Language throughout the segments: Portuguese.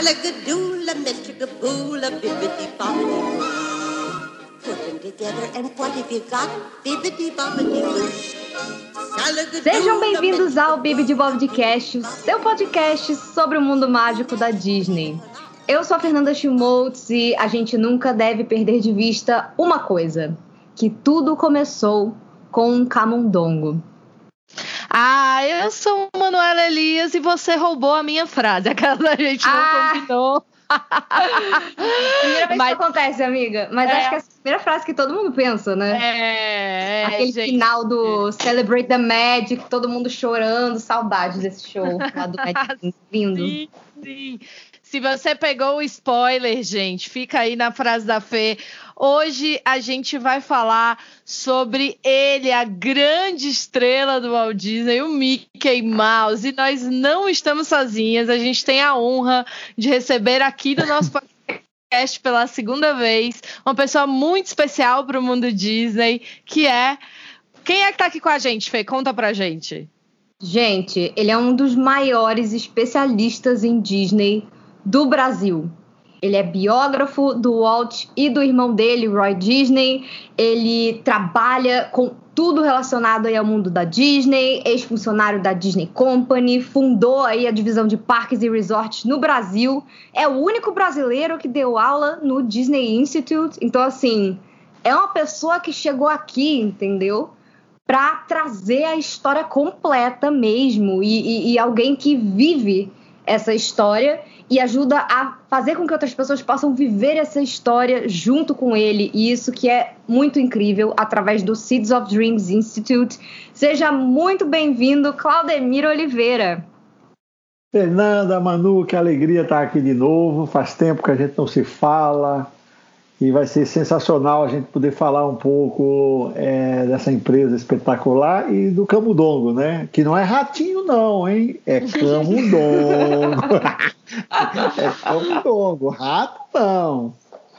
Salagadoola, metricaboola, bibbidi-bobbidi-boo. Put them together and what have you got? Bibbidi-bobbidi-boo. Sejam bem-vindos ao Bibbidi Bobbidi Cast, o seu podcast sobre o mundo mágico da Disney. Eu sou a Fernanda Schultz e a gente nunca deve perder de vista uma coisa, que tudo começou com um camundongo. Eu sou o Manuela Elias e você roubou a minha frase. Aquela gente não combinou. Primeira vez que acontece, amiga. Mas acho que é a primeira frase que todo mundo pensa, né? Aquele gente. Final do Celebrate the Magic, todo mundo chorando, saudade desse show lá do Magic lindo. Sim. Se você pegou o spoiler, gente, fica aí na frase da Fê. Hoje a gente vai falar sobre ele, a grande estrela do Walt Disney, o Mickey Mouse. E nós não estamos sozinhas, a gente tem a honra de receber aqui no nosso podcast pela segunda vez uma pessoa muito especial para o mundo Disney, que é... Quem é que tá aqui com a gente, Fê? Conta pra gente. Gente, ele é um dos maiores especialistas em Disney do Brasil. Ele é biógrafo do Walt e do irmão dele, Roy Disney. Ele trabalha com tudo relacionado aí ao mundo da Disney, ex-funcionário da Disney Company, fundou aí a divisão de parques e resorts no Brasil. É o único brasileiro que deu aula no Disney Institute. Então, assim, é uma pessoa que chegou aqui, entendeu? Para trazer a história completa mesmo. E alguém que vive essa história e ajuda a fazer com que outras pessoas possam viver essa história junto com ele. E isso que é muito incrível, através do Seeds of Dreams Institute. Seja muito bem-vindo, Claudemir Oliveira. Fernanda, Manu, que alegria estar aqui de novo. Faz tempo que a gente não se fala. E vai ser sensacional a gente poder falar um pouco dessa empresa espetacular e do camundongo, né? Que não é ratinho não, hein? É camundongo. É camundongo, rato não.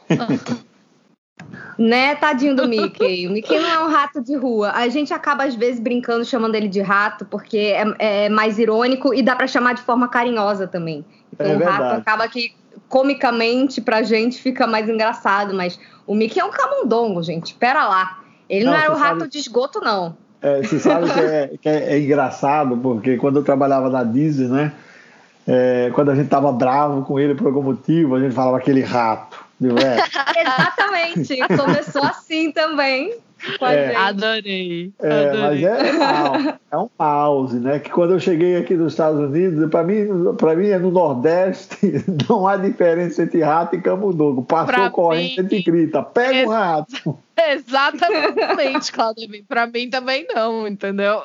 Né, tadinho do Mickey. O Mickey não é um rato de rua. A gente acaba, às vezes, brincando, chamando ele de rato, porque é mais irônico e dá pra chamar de forma carinhosa também. Então o rato acaba que, comicamente, pra gente, fica mais engraçado. Mas o Mickey é um camundongo, gente. Pera lá. Ele não era o rato de esgoto, não. Você sabe que é engraçado, porque quando eu trabalhava na Disney, né? Quando a gente tava bravo com ele por algum motivo, a gente falava aquele rato. Exatamente, começou assim também. Adorei. Mas é um mouse, né? Que quando eu cheguei aqui nos Estados Unidos, para mim é no Nordeste, não há diferença entre rato e camundongo. Passou correndo, a gente grita, pega o rato. Exatamente, Claudemir. Para mim também não, entendeu?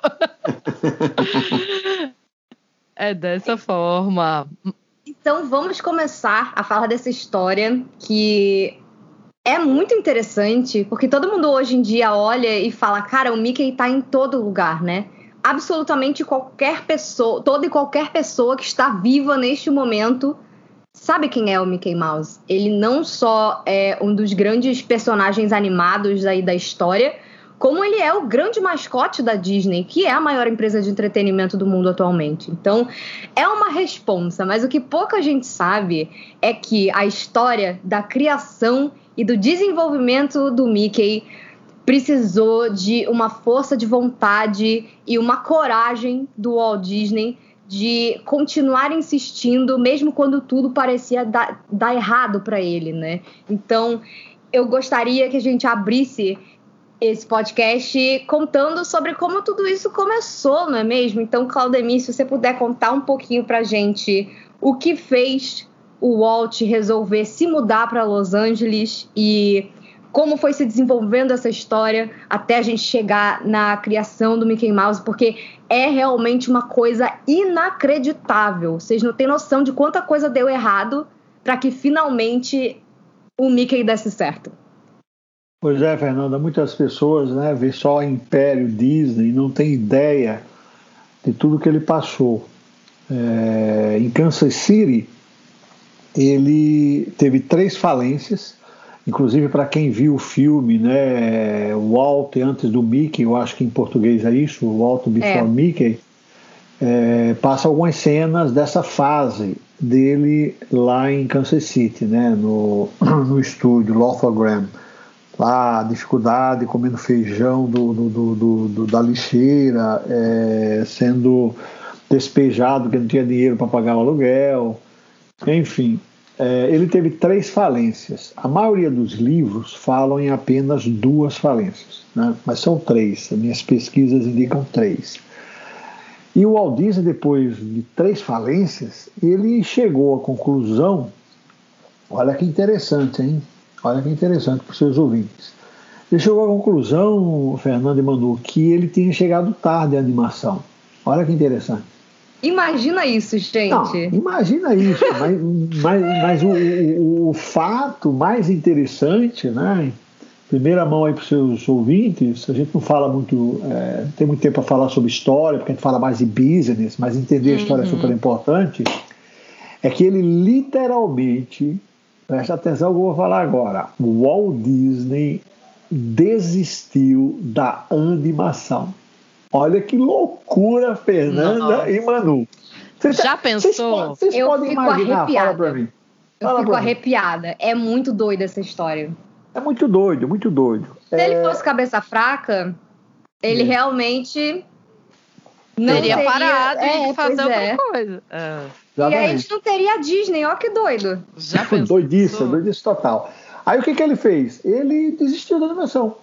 É dessa forma. Então vamos começar a falar dessa história que é muito interessante, porque todo mundo hoje em dia olha e fala, cara, o Mickey tá em todo lugar, né? Absolutamente qualquer pessoa, toda e qualquer pessoa que está viva neste momento sabe quem é o Mickey Mouse. Ele não só é um dos grandes personagens animados aí da história, como ele é o grande mascote da Disney, que é a maior empresa de entretenimento do mundo atualmente. Então, é uma responsa, mas o que pouca gente sabe é que a história da criação e do desenvolvimento do Mickey precisou de uma força de vontade e uma coragem do Walt Disney de continuar insistindo, mesmo quando tudo parecia dar errado para ele, né? Então, eu gostaria que a gente abrisse esse podcast contando sobre como tudo isso começou, não é mesmo? Então, Claudemir, se você puder contar um pouquinho pra gente o que fez o Walt resolver se mudar para Los Angeles e como foi se desenvolvendo essa história até a gente chegar na criação do Mickey Mouse, porque é realmente uma coisa inacreditável. Vocês não têm noção de quanta coisa deu errado para que finalmente o Mickey desse certo. Pois é, Fernanda, muitas pessoas, né, vê só o Império Disney e não tem ideia de tudo que ele passou. Em Kansas City, ele teve 3 falências, inclusive para quem viu o filme, né, Walt antes do Mickey, eu acho que em português é isso, Walt Before Mickey, passa algumas cenas dessa fase dele lá em Kansas City, né, no estúdio Lothogram, lá a dificuldade, comendo feijão da lixeira, sendo despejado, porque não tinha dinheiro para pagar o aluguel, enfim. Ele teve 3 falências. A maioria dos livros falam em apenas 2 falências, né? Mas são 3. As minhas pesquisas indicam 3. E o Walt Disney, depois de 3 falências, ele chegou à conclusão, olha que interessante, hein? Olha que interessante para os seus ouvintes. Ele chegou à conclusão, Fernando e Manu, que ele tinha chegado tarde à animação. Olha que interessante. Imagina isso, gente. Não, imagina isso, mas o fato mais interessante, né? Primeira mão aí para os seus ouvintes, a gente não fala muito, não tem muito tempo para falar sobre história, porque a gente fala mais de business, mas entender a história é super importante, é que ele literalmente, presta atenção no que eu vou falar agora, o Walt Disney desistiu da animação. Olha que loucura, Fernanda e Manu. Já pensou? Vocês podem imaginar, arrepiada. Fala pra mim. Eu fico arrepiada. É muito doida essa história. É muito doido, muito doido. Se ele fosse cabeça fraca, ele realmente não teria parado e fazer outra coisa. E aí a gente não teria a Disney, ó que doido. Já pensou? Doidice total. Aí o que ele fez? Ele desistiu da animação.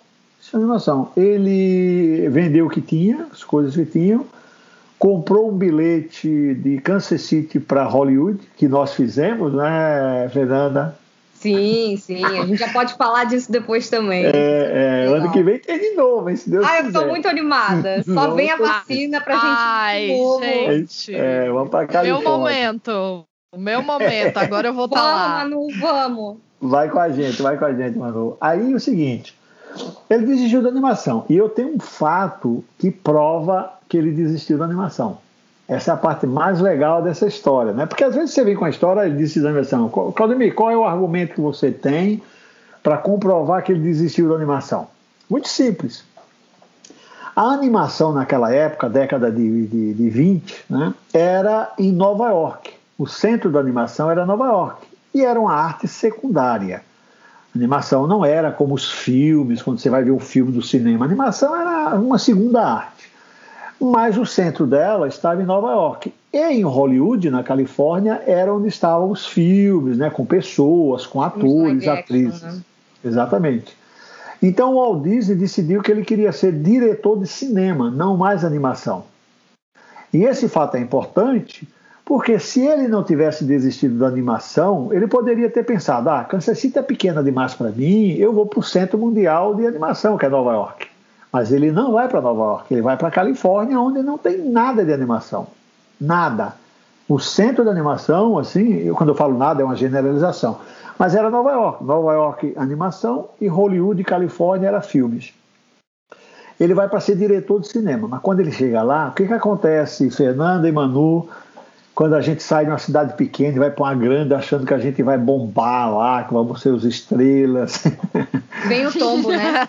Ele vendeu o que tinha, as coisas que tinham, comprou um bilhete de Kansas City para Hollywood, que nós fizemos, né, Fernanda? Sim, a gente já pode falar disso depois também. Ano que vem tem de novo, hein, se Deus quiser. Eu tô muito animada. Só vem a vacina pra gente. Vamos pra Califórnia. O meu momento, agora eu vou estar lá. Manu, vamos. Vai com a gente, Manu. Aí o seguinte, ele desistiu da animação. E eu tenho um fato que prova que ele desistiu da animação. Essa é a parte mais legal dessa história, né? Porque às vezes você vem com a história e desistiu da animação. Claudemir, qual é o argumento que você tem para comprovar que ele desistiu da animação? Muito simples. A animação naquela época, década de 20, né, era em Nova York. O centro da animação era Nova York. E era uma arte secundária. A animação não era como os filmes, quando você vai ver um filme do cinema. A animação era uma segunda arte. Mas o centro dela estava em Nova York. E em Hollywood, na Califórnia, era onde estavam os filmes, né, com pessoas, com atores, atrizes. Né? Exatamente. Então o Walt Disney decidiu que ele queria ser diretor de cinema, não mais animação. E esse fato é importante porque se ele não tivesse desistido da animação, ele poderia ter pensado, Kansas City é pequena demais para mim, eu vou para o Centro Mundial de Animação, que é Nova York. Mas ele não vai para Nova York, ele vai para a Califórnia, onde não tem nada de animação. Nada. O centro da animação, assim, quando eu falo nada, é uma generalização. Mas era Nova York. Nova York, animação, e Hollywood, Califórnia, era filmes. Ele vai para ser diretor de cinema. Mas quando ele chega lá, o que acontece, Fernanda e Manu, quando a gente sai de uma cidade pequena e vai para uma grande achando que a gente vai bombar lá, que vamos ser os estrelas. Vem o tombo, né?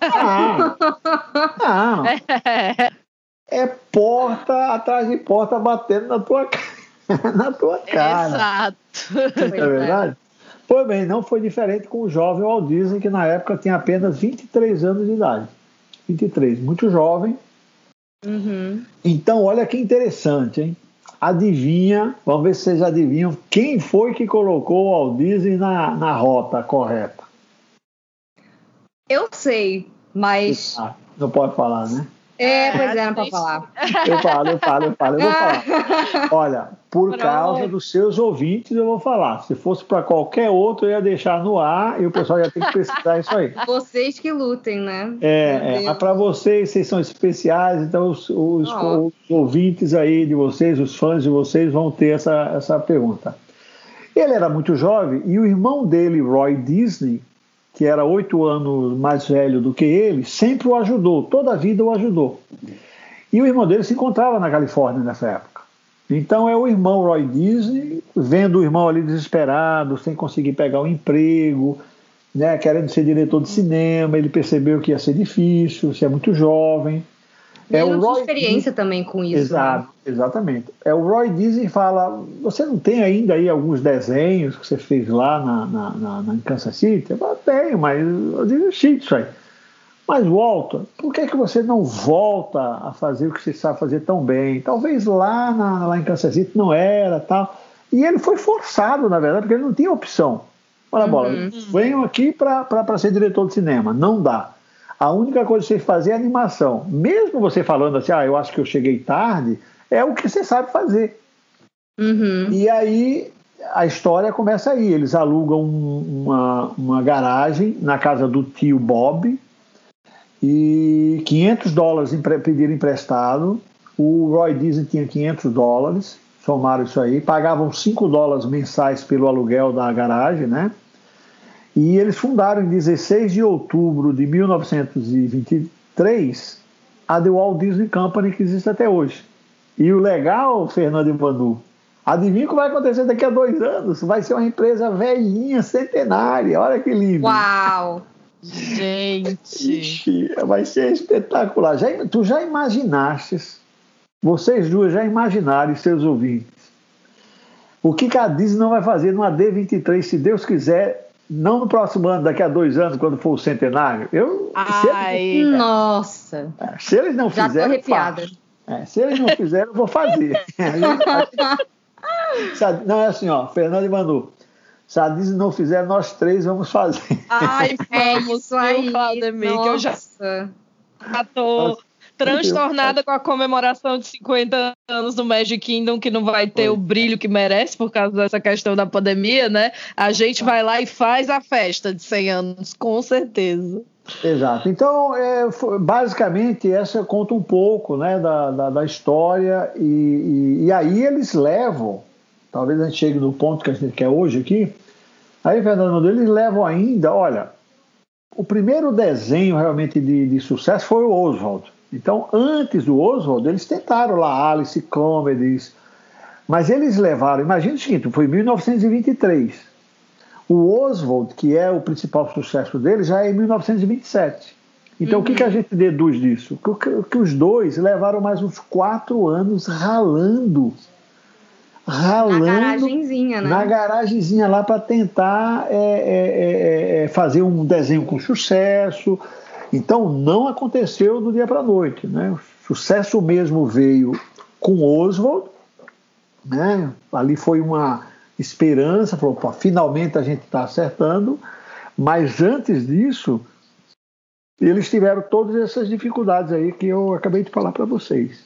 Não. É porta atrás de porta batendo na tua cara. Exato. É verdade? Pois bem, não foi diferente com o jovem Walt Disney, que na época tinha apenas 23 anos de idade. 23, muito jovem. Uhum. Então, olha que interessante, hein? Adivinha, vamos ver se vocês adivinham, quem foi que colocou o Walt Disney na rota correta? Eu sei, mas... Não pode falar, né? Pois não pode falar. Eu vou falar. Olha, por causa dos seus ouvintes eu vou falar. Se fosse para qualquer outro, eu ia deixar no ar e o pessoal ia ter que pesquisar isso aí. Vocês que lutem, né? Mas para vocês são especiais, então os ouvintes aí de vocês, os fãs de vocês vão ter essa pergunta. Ele era muito jovem e o irmão dele, Roy Disney, que era 8 anos mais velho do que ele, sempre o ajudou, toda a vida o ajudou. E o irmão dele se encontrava na Califórnia nessa época. Então é o irmão Roy Disney, vendo o irmão ali desesperado, sem conseguir pegar um emprego, né, querendo ser diretor de cinema, ele percebeu que ia ser difícil, você é muito jovem. Ele não tinha experiência também com isso. Exato, né? Exatamente. O Roy Disney fala, você não tem ainda aí alguns desenhos que você fez lá em Kansas City? Eu tenho, mas eu desisti disso aí. Mas, Walter, por que você não volta a fazer o que você sabe fazer tão bem? Talvez lá em Kansas City não era, tal. E ele foi forçado, na verdade, porque ele não tinha opção. Olha, bola, venho aqui para ser diretor de cinema. Não dá. A única coisa que você fazer é animação. Mesmo você falando assim, eu acho que eu cheguei tarde, é o que você sabe fazer. E aí a história começa aí. Eles alugam uma garagem na casa do tio Bob e $500 pediram emprestado. O Roy Disney tinha $500, somaram isso aí, pagavam $5 mensais pelo aluguel da garagem, né? E eles fundaram em 16 de outubro de 1923 a The Walt Disney Company, que existe até hoje. E o legal, Fernando e Manu, adivinha o que vai acontecer daqui a 2 anos? Vai ser uma empresa velhinha, centenária. Olha que lindo. Uau! Gente! Ixi, vai ser espetacular. Tu já imaginastes, vocês duas já imaginaram, seus ouvintes, o que a Disney não vai fazer numa D23, se Deus quiser, não no próximo ano, daqui a 2 anos, quando for o centenário? Nossa! Se eles não já fizerem, tô arrepiada. Se eles não fizerem, eu vou fazer. Não, é assim, Fernando e Manu. Se a Disney não fizer, nós 3 vamos fazer. Ai, vamos, isso aí. Claudemir, que eu já tô transtornada com a comemoração de 50 anos do Magic Kingdom, que não vai ter o brilho que merece por causa dessa questão da pandemia, né? A gente vai lá e faz a festa de 100 anos, com certeza. Exato. Então, basicamente, essa conta um pouco, né, da história e aí eles levam, talvez a gente chegue no ponto que a gente quer hoje aqui, aí, Fernando, eles levam ainda, olha, o primeiro desenho realmente de sucesso foi o Oswald. Então, antes do Oswald, eles tentaram lá Alice Comedies, mas eles levaram, imagina o seguinte, foi em 1923. O Oswald, que é o principal sucesso dele, já é em 1927. Então, o que a gente deduz disso? Que os dois levaram mais uns 4 anos ralando na garagenzinha, né? Na garagenzinha lá para tentar fazer um desenho com sucesso. Então, não aconteceu do dia para a noite, né? O sucesso mesmo veio com Oswald, né? Ali foi uma esperança, falou, pô, finalmente a gente está acertando, mas antes disso, eles tiveram todas essas dificuldades aí que eu acabei de falar para vocês.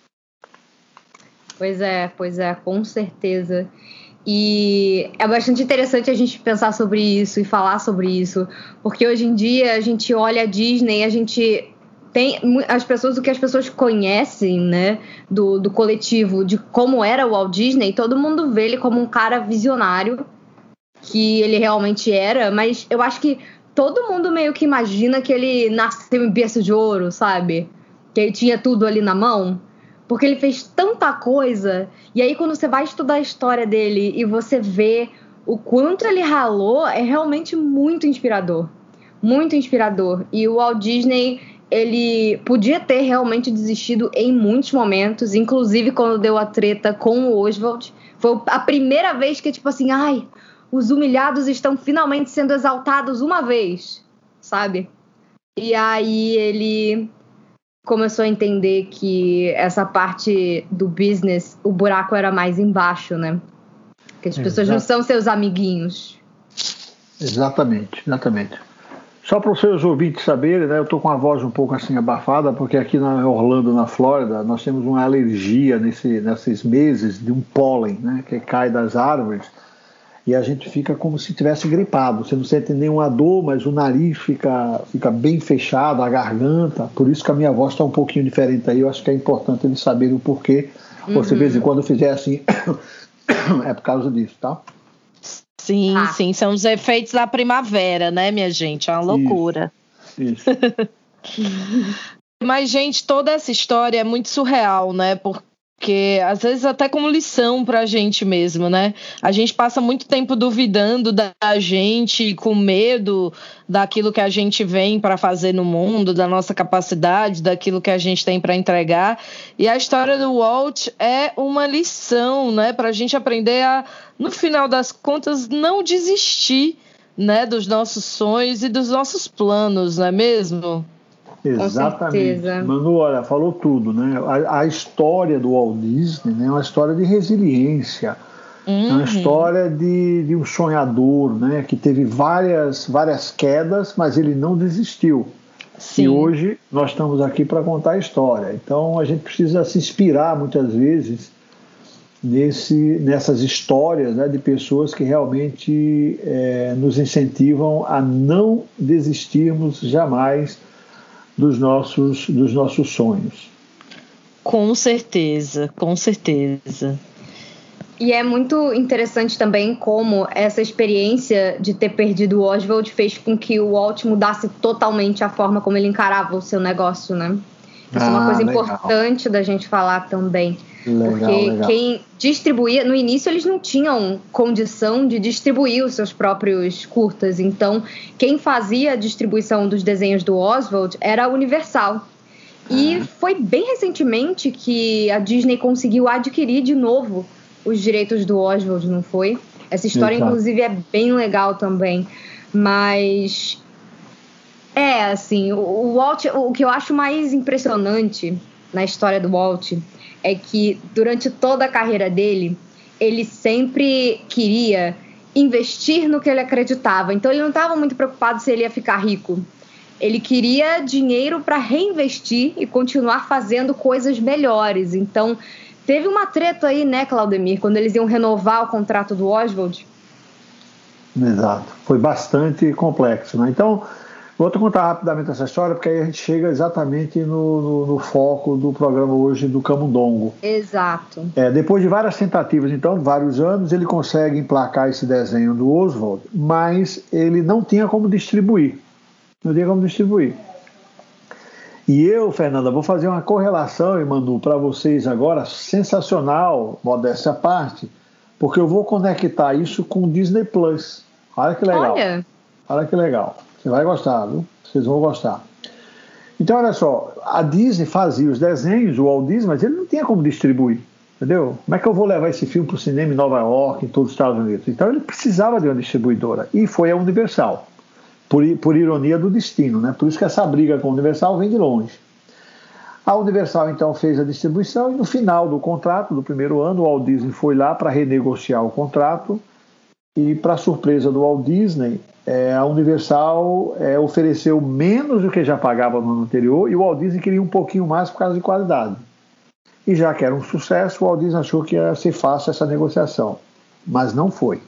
Pois é, com certeza. E é bastante interessante a gente pensar sobre isso e falar sobre isso, porque hoje em dia a gente olha a Disney, a gente tem o que as pessoas conhecem, né, do coletivo, de como era o Walt Disney, todo mundo vê ele como um cara visionário, que ele realmente era, mas eu acho que todo mundo meio que imagina que ele nasceu em berço de ouro, sabe? Que ele tinha tudo ali na mão. Porque ele fez tanta coisa. E aí, quando você vai estudar a história dele e você vê o quanto ele ralou, é realmente muito inspirador. Muito inspirador. E o Walt Disney, ele podia ter realmente desistido em muitos momentos. Inclusive, quando deu a treta com o Oswald. Foi a primeira vez que, tipo assim, os humilhados estão finalmente sendo exaltados uma vez, sabe? E aí, ele começou a entender que essa parte do business, o buraco era mais embaixo, né? Que as pessoas não são seus amiguinhos. Exatamente. Só para os seus ouvintes saberem, né, eu estou com a voz um pouco assim abafada, porque aqui na Orlando, na Flórida, nós temos uma alergia nesses meses de um pólen, né, que cai das árvores, e a gente fica como se tivesse gripado. Você não sente nenhuma dor, mas o nariz fica bem fechado, a garganta. Por isso que a minha voz está um pouquinho diferente aí. Eu acho que é importante eles saberem o porquê. Você, de vez em quando, fizer assim, é por causa disso, tá? Sim, são os efeitos da primavera, né, minha gente? É uma loucura. Isso. Mas, gente, toda essa história é muito surreal, né? Porque porque às vezes até como lição pra gente mesmo, né? A gente passa muito tempo duvidando da gente, com medo daquilo que a gente vem para fazer no mundo, da nossa capacidade, daquilo que a gente tem para entregar. E a história do Walt é uma lição, né? Pra gente aprender a, no final das contas, não desistir, né? Dos nossos sonhos e dos nossos planos, não é mesmo? Exatamente. Manu, olha, falou tudo, né? A história do Walt Disney, né, é uma história de resiliência, é uma história de um sonhador, né, que teve várias quedas, mas ele não desistiu. Sim. E hoje nós estamos aqui para contar a história. Então a gente precisa se inspirar muitas vezes nessas histórias, né, de pessoas que realmente nos incentivam a não desistirmos jamais dos nossos sonhos. Com certeza, com certeza. E é muito interessante também como essa experiência de ter perdido o Oswald fez com que o Walt mudasse totalmente a forma como ele encarava o seu negócio, né? Isso é uma coisa importante da gente falar também. Porque quem distribuía, no início eles não tinham condição de distribuir os seus próprios curtas, então quem fazia a distribuição dos desenhos do Oswald era a Universal. E foi bem recentemente que a Disney conseguiu adquirir de novo os direitos do Oswald, não foi? Essa história, inclusive, é bem legal também. Mas assim, o Walt, o que eu acho mais impressionante na história do Walt é que durante toda a carreira dele, ele sempre queria investir no que ele acreditava. Então ele não estava muito preocupado se ele ia ficar rico. Ele queria dinheiro para reinvestir e continuar fazendo coisas melhores. Então teve uma treta aí, né, Claudemir, quando eles iam renovar o contrato do Oswald. Exato. Foi bastante complexo, né? Então, vou te contar rapidamente essa história, porque aí a gente chega exatamente no foco do programa hoje do Camundongo. Exato. Depois de várias tentativas, então, vários anos, ele consegue emplacar esse desenho do Oswald, mas ele não tinha como distribuir. E eu, Fernanda, vou fazer uma correlação, Manu, para vocês agora, sensacional, modéstia à parte, porque eu vou conectar isso com o Disney Plus. Olha que legal. Olha que legal. Você vai gostar, viu? Vocês vão gostar. Então, olha só, a Disney fazia os desenhos, o Walt Disney, mas ele não tinha como distribuir, entendeu? Como é que eu vou levar esse filme para o cinema em Nova York, em todos os Estados Unidos? Então, ele precisava de uma distribuidora, e foi a Universal, por ironia do destino, né? Por isso que essa briga com a Universal vem de longe. A Universal, então, fez a distribuição, e no final do contrato, do primeiro ano, o Walt Disney foi lá para renegociar o contrato, e, para surpresa do Walt Disney, a Universal ofereceu menos do que já pagava no ano anterior, e o Walt Disney queria um pouquinho mais por causa de qualidade. E já que era um sucesso, o Walt Disney achou que ia ser fácil essa negociação, mas não foi.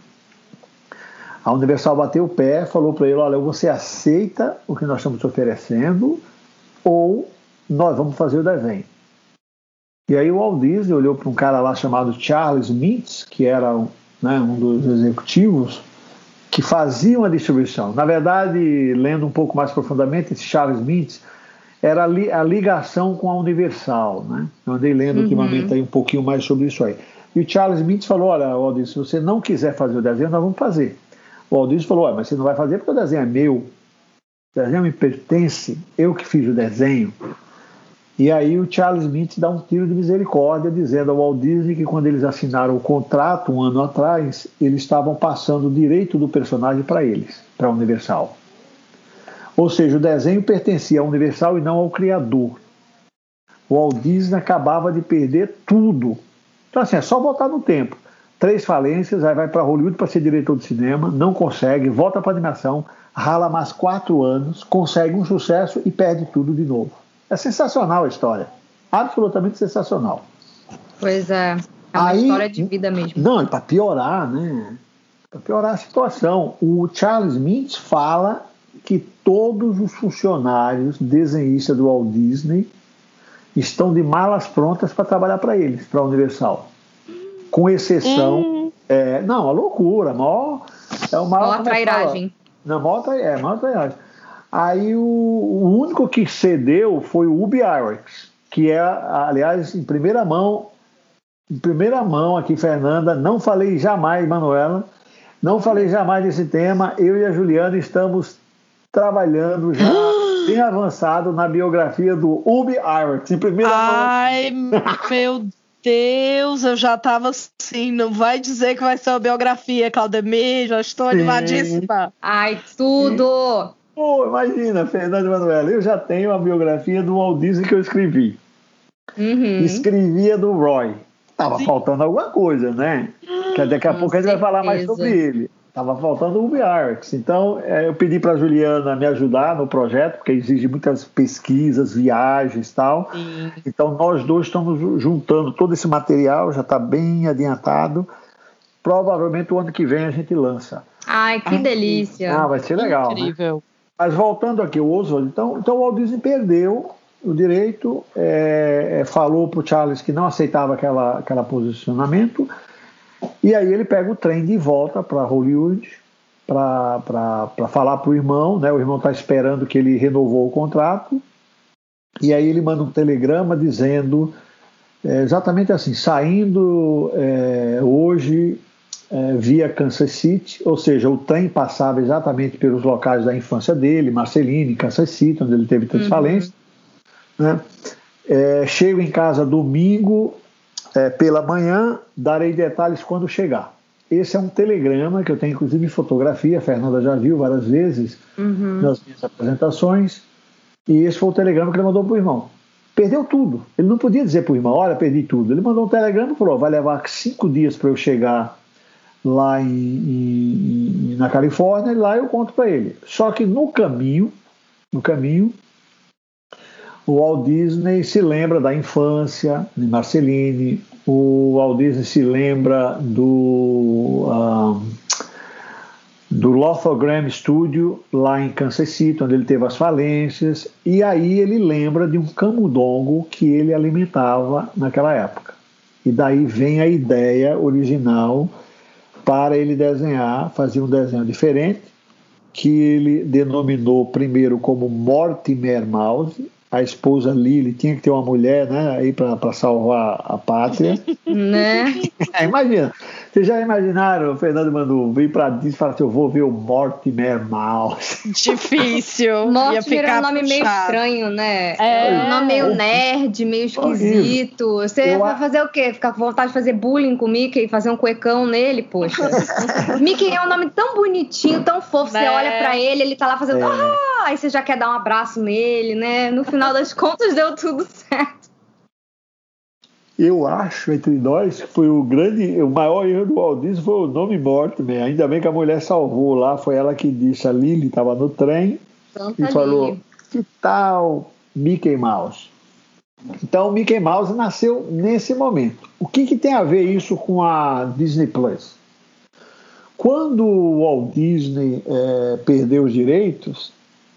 A Universal bateu o pé, falou para ele: olha, você aceita o que nós estamos te oferecendo ou nós vamos fazer o desenho. E aí o Walt Disney olhou para um cara lá chamado Charles Mintz, que era um dos executivos que faziam a distribuição. Na verdade, lendo um pouco mais profundamente, esse Charles Mintz era a ligação com a Universal, né? Eu andei lendo ultimamente aí um pouquinho mais sobre isso aí. E o Charles Mintz falou: olha, Walt Disney, se você não quiser fazer o desenho, nós vamos fazer. O Walt Disney falou: olha, mas você não vai fazer porque o desenho é meu, o desenho me pertence, eu que fiz o desenho. E aí o Charles Mintz dá um tiro de misericórdia, dizendo ao Walt Disney que quando eles assinaram o contrato um ano atrás, eles estavam passando o direito do personagem para eles, para a Universal. Ou seja, o desenho pertencia à Universal e não ao criador. O Walt Disney acabava de perder tudo. Então assim, é só voltar no tempo. 3 falências, aí vai para Hollywood para ser diretor de cinema, não consegue, volta para animação, rala mais 4 anos, consegue um sucesso e perde tudo de novo. É sensacional a história. Absolutamente sensacional. Pois é. É uma história de vida mesmo. Não, e para piorar, né? Para piorar a situação, o Charles Mintz fala que todos os funcionários desenhistas do Walt Disney estão de malas prontas para trabalhar para eles, para a Universal. Com exceção... não, a loucura. Maior trairagem. Não, maior trairagem. Aí o único que cedeu foi o Ubi Iwerks, que é, aliás, em primeira mão, em primeira mão aqui, Fernanda, não falei jamais, Manuela, não falei jamais desse tema. Eu e a Juliana estamos trabalhando já bem avançado na biografia do Umi Iwerks, em primeira mão. Ai, meu Deus, eu já tava assim, não vai dizer que vai ser uma biografia, Claudemir, já estou animadíssima. Ai, tudo! Pô, imagina, Fernanda e Manuela, eu já tenho a biografia do Walt Disney que eu escrevi. Escrevia do Roy. Tava faltando alguma coisa, né? Que daqui a pouco a gente vai falar mais sobre ele. Tava faltando o Umi Iwerks. Então, eu pedi para a Juliana me ajudar no projeto, porque exige muitas pesquisas, viagens e tal. Sim. Então, nós dois estamos juntando todo esse material, já está bem adiantado. Provavelmente o ano que vem a gente lança. Ai, que delícia. Vai ser legal, incrível. né? Mas voltando aqui, o Oswald, então o Walt Disney perdeu o direito, falou para o Charles que não aceitava aquele posicionamento, e aí ele pega o trem de volta para Hollywood para falar para o irmão, né? O irmão está esperando que ele renovou o contrato, e aí ele manda um telegrama dizendo exatamente assim, saindo hoje via Kansas City, ou seja, o trem passava exatamente pelos locais da infância dele, Marceline, Kansas City, onde ele teve 3 falências, né? Chego em casa domingo pela manhã, darei detalhes quando chegar. Esse é um telegrama que eu tenho inclusive fotografia, a Fernanda já viu várias vezes nas minhas apresentações, e esse foi o telegrama que ele mandou para o irmão. Perdeu tudo, ele não podia dizer para o irmão, olha, perdi tudo. Ele mandou um telegrama e falou, vai levar 5 dias para eu chegar lá na Califórnia, e lá eu conto para ele. Só que no caminho, o Walt Disney se lembra da infância de Marceline, o Walt Disney se lembra do Lothogram Studio, lá em Kansas City, onde ele teve as falências, e aí ele lembra de um camundongo que ele alimentava naquela época. E daí vem a ideia original para ele desenhar, fazer um desenho diferente, que ele denominou primeiro como Mortimer Mouse. A esposa Lily tinha que ter uma mulher, né, aí para salvar a pátria. Né? Imagina. Vocês já imaginaram, o Fernando Manu vir para Disney e falar assim, eu vou ver o Mortimer Mouse. Difícil. Mortimer é um nome meio estranho, né? Um nome meio nerd, meio esquisito. Você vai fazer o quê? Ficar com vontade de fazer bullying com o Mickey e fazer um cuecão nele? Poxa. Mickey é um nome tão bonitinho, tão fofo. Você olha pra ele, ele tá lá fazendo... aí você já quer dar um abraço nele, né? No final das contas, deu tudo certo. Eu acho, entre nós, que foi o maior erro do Walt Disney foi o nome Mortimer. Ainda bem que a mulher salvou lá, foi ela que disse, a Lily estava no trem e falou, que tal Mickey Mouse? Então, o Mickey Mouse nasceu nesse momento. O que tem a ver isso com a Disney Plus? Quando o Walt Disney perdeu os direitos,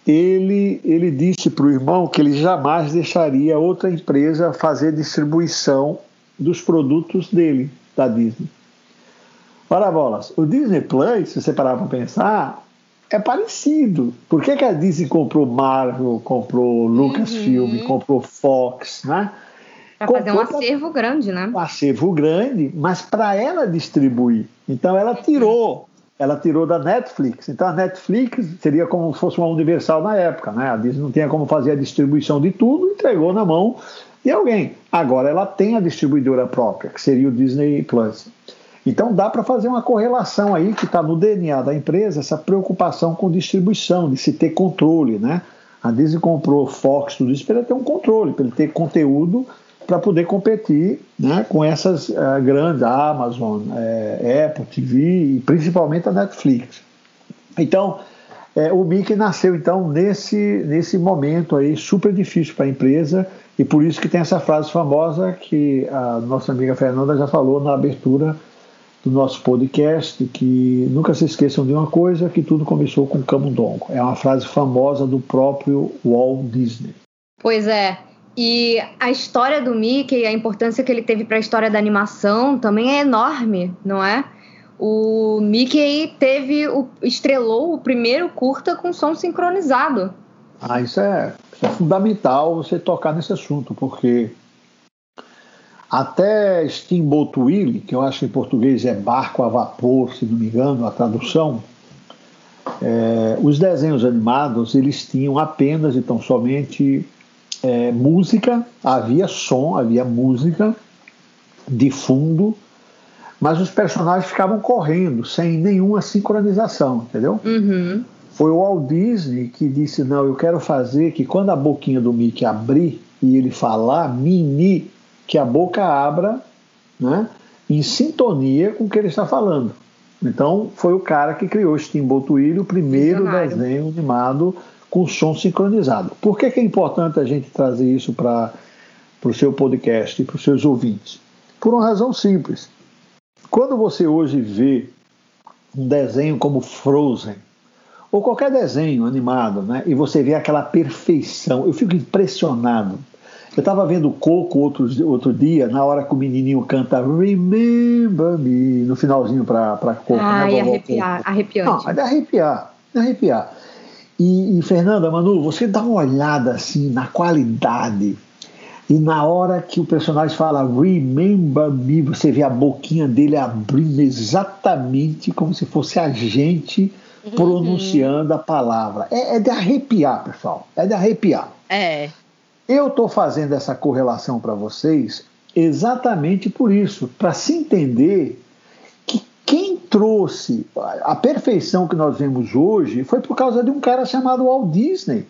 ele disse para o irmão que ele jamais deixaria outra empresa fazer distribuição dos produtos dele, da Disney. Ora bolas, o Disney Plus, se você parar para pensar, é parecido. Por que a Disney comprou Marvel, comprou Lucasfilm, comprou Fox, né? Para fazer um acervo grande, né? Um acervo grande, mas para ela distribuir. Então ela tirou da Netflix. Então a Netflix seria como se fosse uma Universal na época, né? A Disney não tinha como fazer a distribuição de tudo, entregou na mão de alguém. Agora ela tem a distribuidora própria, que seria o Disney Plus. Então dá para fazer uma correlação aí que está no DNA da empresa, essa preocupação com distribuição, de se ter controle, né? A Disney comprou Fox, tudo isso para ele ter um controle, para ele ter conteúdo para poder competir, né, com essas grandes, a Amazon, Apple TV e principalmente a Netflix. Então, o Mickey nasceu então nesse momento aí super difícil para a empresa, e por isso que tem essa frase famosa que a nossa amiga Fernanda já falou na abertura do nosso podcast, que nunca se esqueçam de uma coisa, que tudo começou com camundongo. É uma frase famosa do próprio Walt Disney. Pois é. E a história do Mickey, a importância que ele teve para a história da animação também é enorme, não é? O Mickey estrelou o primeiro curta com som sincronizado. Isso é fundamental você tocar nesse assunto, porque Até Steamboat Willie, que eu acho que em português é barco a vapor, se não me engano, a tradução, os desenhos animados, eles tinham apenas, então, somente música, havia som, havia música de fundo, mas os personagens ficavam correndo, sem nenhuma sincronização, entendeu? Uhum. Foi o Walt Disney que disse, não, eu quero fazer que quando a boquinha do Mickey abrir e ele falar, Mini, que a boca abra, né, em sintonia com o que ele está falando. Então, foi o cara que criou Steamboat Willie, o primeiro desenho animado com som sincronizado. Por que é importante a gente trazer isso para o seu podcast e para os seus ouvintes? Por uma razão simples. Quando você hoje vê um desenho como Frozen, ou qualquer desenho animado, né, e você vê aquela perfeição, eu fico impressionado. Eu estava vendo Coco outro dia, na hora que o menininho canta Remember Me, no finalzinho para Coco. Ai, arrepiante. Não, é de arrepiar. E Fernanda, Manu, você dá uma olhada assim na qualidade, e na hora que o personagem fala Remember Me, você vê a boquinha dele abrindo exatamente como se fosse a gente pronunciando a palavra. É de arrepiar, pessoal. É de arrepiar. Eu estou fazendo essa correlação para vocês exatamente por isso, para se entender que quem trouxe a perfeição que nós vemos hoje foi por causa de um cara chamado Walt Disney.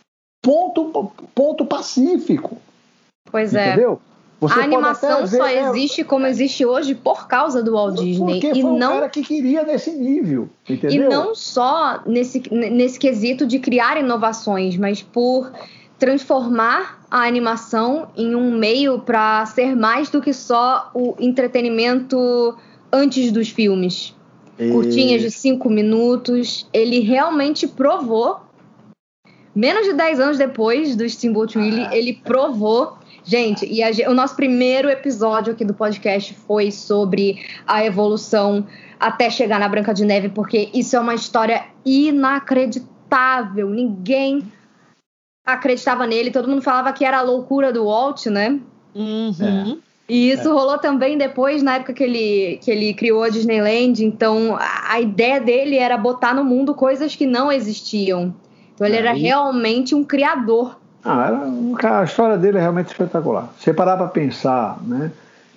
Ponto pacífico. Pois entendeu? A animação só existe como existe hoje por causa do Walt Disney. Porque foi um cara que queria nesse nível, entendeu? E não só nesse quesito de criar inovações, mas por transformar a animação em um meio para ser mais do que só o entretenimento antes dos filmes. Curtinhas de 5 minutos. Ele realmente provou, menos de 10 anos depois do Steamboat Willie, ele provou. Gente, o nosso primeiro episódio aqui do podcast foi sobre a evolução até chegar na Branca de Neve, porque isso é uma história inacreditável. Ninguém acreditava nele, todo mundo falava que era a loucura do Walt, né? Uhum. E isso rolou também depois, na época que ele criou a Disneyland. Então, a ideia dele era botar no mundo coisas que não existiam. Então, ele era realmente um criador. A história dele é realmente espetacular. Você parar para pensar, né,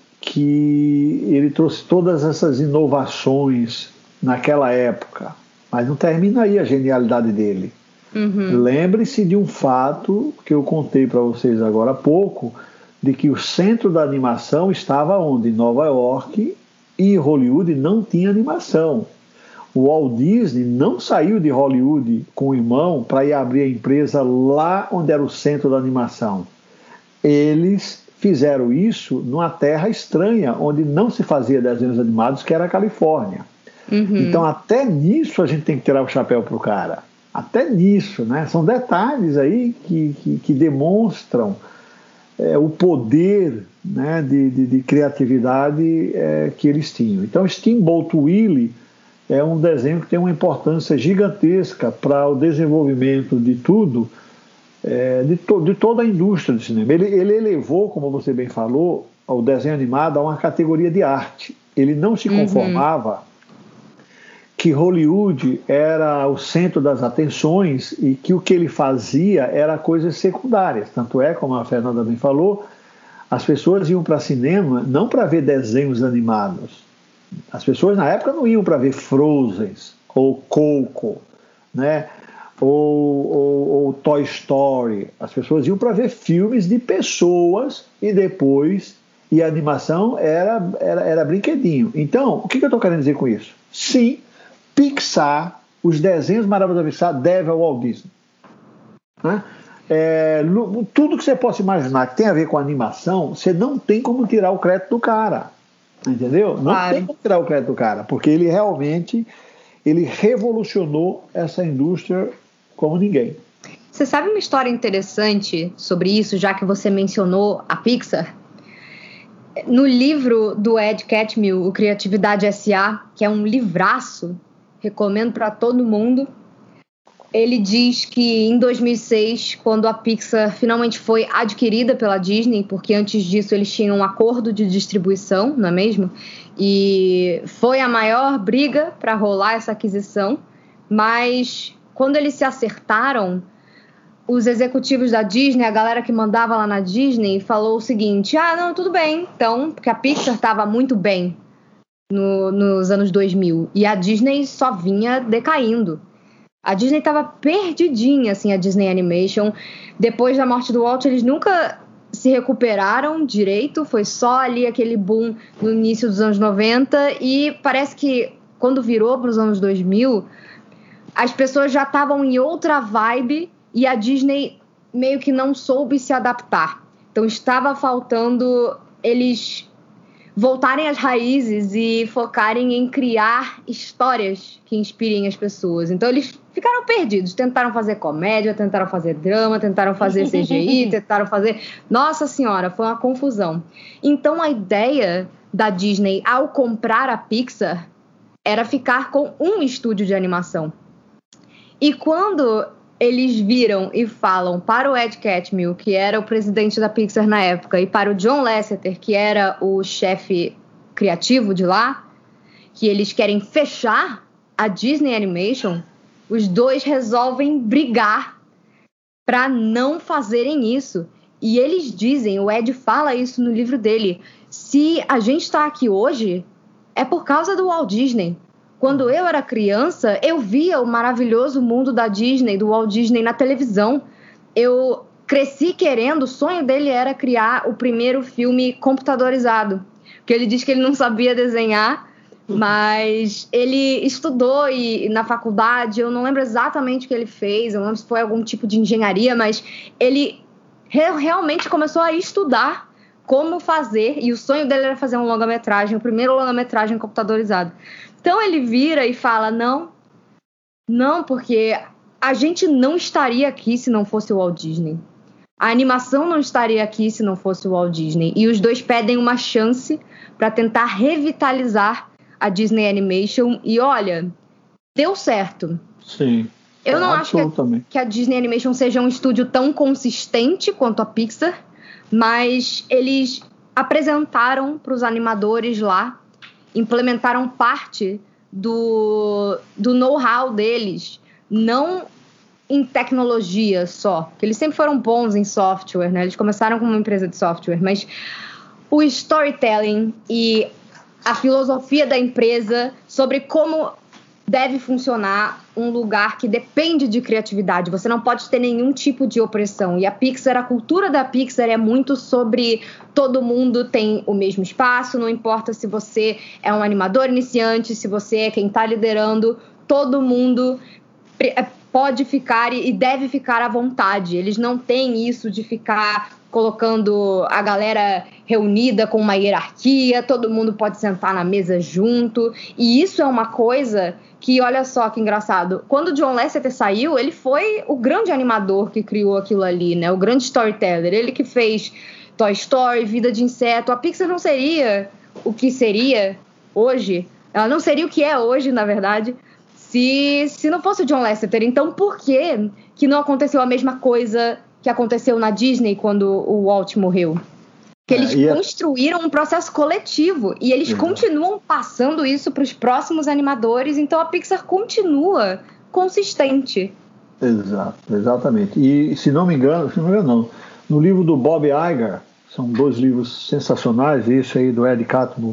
que ele trouxe todas essas inovações naquela época, mas não termina aí a genialidade dele. Lembre-se de um fato que eu contei para vocês agora há pouco, de que o centro da animação estava onde? Em Nova York, e Hollywood não tinha animação. O Walt Disney não saiu de Hollywood com o irmão para ir abrir a empresa lá onde era o centro da animação. Eles fizeram isso numa terra estranha, onde não se fazia desenhos animados, que era a Califórnia. Então, até nisso a gente tem que tirar o chapéu para o cara. Até nisso, né? São detalhes aí que demonstram o poder, né, de criatividade que eles tinham. Então, Steamboat Willie é um desenho que tem uma importância gigantesca para o desenvolvimento de tudo, de toda a indústria do cinema. Ele elevou, como você bem falou, o desenho animado a uma categoria de arte. Ele não se conformava que Hollywood era o centro das atenções e que o que ele fazia era coisas secundárias. Tanto é, como a Fernanda bem falou, as pessoas iam para cinema não para ver desenhos animados. As pessoas na época não iam para ver Frozen ou Coco, né? ou Toy Story. As pessoas iam para ver filmes de pessoas e a animação era brinquedinho. Então, o que eu estou querendo dizer com isso? Sim, Pixar, os desenhos maravilhosos da Pixar devem ao Walt Disney. Né? Tudo que você possa imaginar que tem a ver com animação, você não tem como tirar o crédito do cara. Entendeu? Não tem como tirar o crédito do cara, porque ele realmente revolucionou essa indústria como ninguém. Você sabe uma história interessante sobre isso, já que você mencionou a Pixar? No livro do Ed Catmull, o Criatividade S.A., que é um livraço, recomendo para todo mundo, Ele diz que em 2006, quando a Pixar finalmente foi adquirida pela Disney, porque antes disso eles tinham um acordo de distribuição, não é mesmo? E foi a maior briga para rolar essa aquisição, mas quando eles se acertaram, os executivos da Disney, a galera que mandava lá na Disney, falou o seguinte: não, tudo bem, então, porque a Pixar estava muito bem nos anos 2000, e a Disney só vinha decaindo. A Disney estava perdidinha, assim, a Disney Animation. Depois da morte do Walt, eles nunca se recuperaram direito. Foi só ali aquele boom no início dos anos 90. E parece que quando virou para os anos 2000, as pessoas já estavam em outra vibe e a Disney meio que não soube se adaptar. Então estava faltando eles voltarem às raízes e focarem em criar histórias que inspirem as pessoas. Então eles ficaram perdidos, tentaram fazer comédia, tentaram fazer drama, tentaram fazer CGI, tentaram fazer... Nossa Senhora, foi uma confusão. Então a ideia da Disney ao comprar a Pixar era ficar com um estúdio de animação. E quando eles viram e falam para o Ed Catmull, que era o presidente da Pixar na época, e para o John Lasseter, que era o chefe criativo de lá, que eles querem fechar a Disney Animation, os dois resolvem brigar para não fazerem isso. E eles dizem, o Ed fala isso no livro dele, se a gente está aqui hoje, é por causa do Walt Disney. Quando eu era criança, eu via o maravilhoso mundo da Disney, do Walt Disney na televisão. Eu cresci querendo, o sonho dele era criar o primeiro filme computadorizado. Porque ele diz que ele não sabia desenhar, mas ele estudou na faculdade, eu não lembro exatamente o que ele fez, eu não lembro se foi algum tipo de engenharia, mas ele realmente começou a estudar como fazer, e o sonho dele era fazer um longa-metragem, o primeiro longa-metragem computadorizado. Então ele vira e fala, não, porque a gente não estaria aqui se não fosse o Walt Disney. A animação não estaria aqui se não fosse o Walt Disney. E os dois pedem uma chance para tentar revitalizar a Disney Animation. E olha, deu certo. Sim. Eu não acho que a Disney Animation seja um estúdio tão consistente quanto a Pixar, mas eles apresentaram para os animadores lá, implementaram parte do know-how deles, não em tecnologia só, porque eles sempre foram bons em software, né? Eles começaram como uma empresa de software, mas o storytelling e a filosofia da empresa sobre como deve funcionar um lugar que depende de criatividade. Você não pode ter nenhum tipo de opressão. E a Pixar, a cultura da Pixar é muito sobre todo mundo tem o mesmo espaço, não importa se você é um animador iniciante, se você é quem está liderando, todo mundo pode ficar e deve ficar à vontade. Eles não têm isso de ficar colocando a galera reunida com uma hierarquia, todo mundo pode sentar na mesa junto. E isso é uma coisa que, olha só que engraçado, quando o John Lasseter saiu, ele foi o grande animador que criou aquilo ali, né? O grande storyteller, ele que fez Toy Story, Vida de Inseto. A Pixar não seria o que seria hoje, ela não seria o que é hoje, na verdade, se não fosse o John Lasseter. Então, por que não aconteceu a mesma coisa que aconteceu na Disney quando o Walt morreu? Que eles construíram um processo coletivo e eles continuam passando isso para os próximos animadores, então a Pixar continua consistente. Exatamente. E se não me engano não, no livro do Bob Iger, são dois livros sensacionais, esse aí do Ed Catmull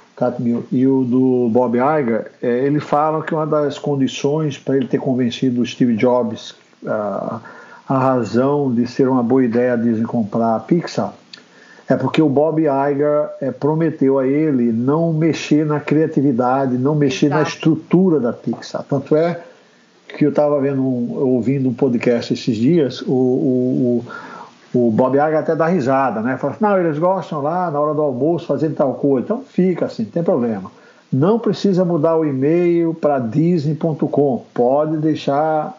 e o do Bob Iger, ele fala que uma das condições para ele ter convencido o Steve Jobs a razão de ser uma boa ideia a Disney comprar a Pixar é porque o Bob Iger prometeu a ele não mexer na criatividade, não mexer na estrutura da Pixar. Tanto é que eu estava ouvindo um podcast esses dias, o Bob Iger até dá risada, né? Fala assim, não, eles gostam lá na hora do almoço fazendo tal coisa, então fica assim, não tem problema. Não precisa mudar o e-mail para disney.com, pode deixar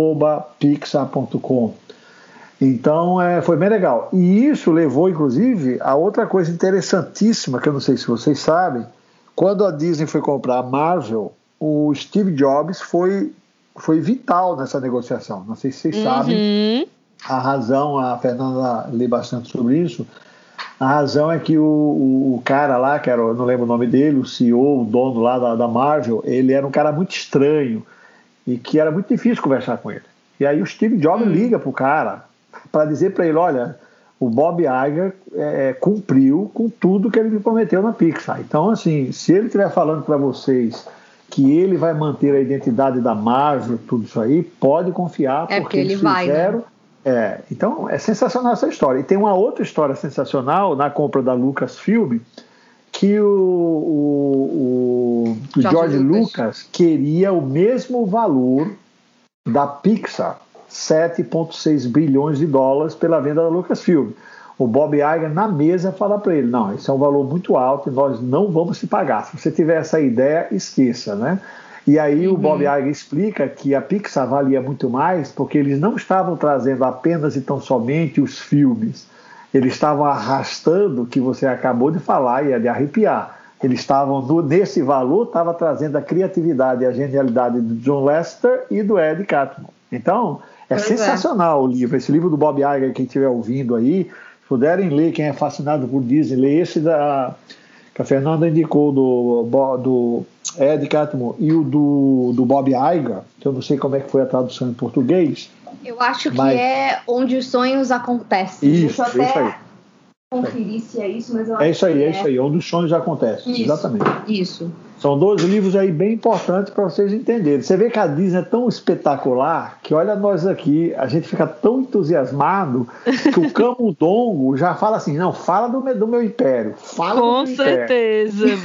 @pixar.com. Então, foi bem legal. E isso levou, inclusive, a outra coisa interessantíssima, que eu não sei se vocês sabem, quando a Disney foi comprar a Marvel, o Steve Jobs foi foi vital nessa negociação. Não sei se vocês sabem a razão, a Fernanda lê bastante sobre isso. A razão é que o cara lá, que era, eu não lembro o nome dele, o CEO, o dono lá da Marvel, ele era um cara muito estranho e que era muito difícil conversar com ele. E aí o Steve Jobs liga pro cara para dizer para ele, olha, o Bob Iger cumpriu com tudo que ele me prometeu na Pixar. Então, assim, se ele estiver falando para vocês que ele vai manter a identidade da Marvel, tudo isso aí, pode confiar, porque eles fizeram... Né? Então é sensacional essa história. E tem uma outra história sensacional na compra da Lucasfilm, que o George Lucas queria o mesmo valor da Pixar, 7,6 bilhões de dólares pela venda da Lucasfilm. O Bob Iger na mesa fala para ele, não, esse é um valor muito alto e nós não vamos te pagar. Se você tiver essa ideia, esqueça, né? E aí o Bob Iger explica que a Pixar valia muito mais porque eles não estavam trazendo apenas e tão somente os filmes. Eles estavam arrastando, que você acabou de falar e é de arrepiar. Eles estavam, nesse valor, estava trazendo a criatividade e a genialidade do John Lasseter e do Ed Catmull. Então, sensacional o livro. Esse livro do Bob Iger, quem estiver ouvindo aí, se puderem ler, quem é fascinado por Disney, lê esse que a Fernanda indicou do Ed Catmull e o do Bob Iger, que eu não sei como é que foi a tradução em português. Eu acho que é Onde os Sonhos Acontecem. Isso, deixa eu até aí. Conferir se é isso, mas eu acho que é isso aí, Onde os Sonhos Acontecem. Isso, exatamente. Isso. São 2 livros aí bem importantes para vocês entenderem. Você vê que a Disney é tão espetacular que, olha nós aqui, a gente fica tão entusiasmado que o Camundongo já fala assim, não, fala do meu império. Fala com certeza, viu?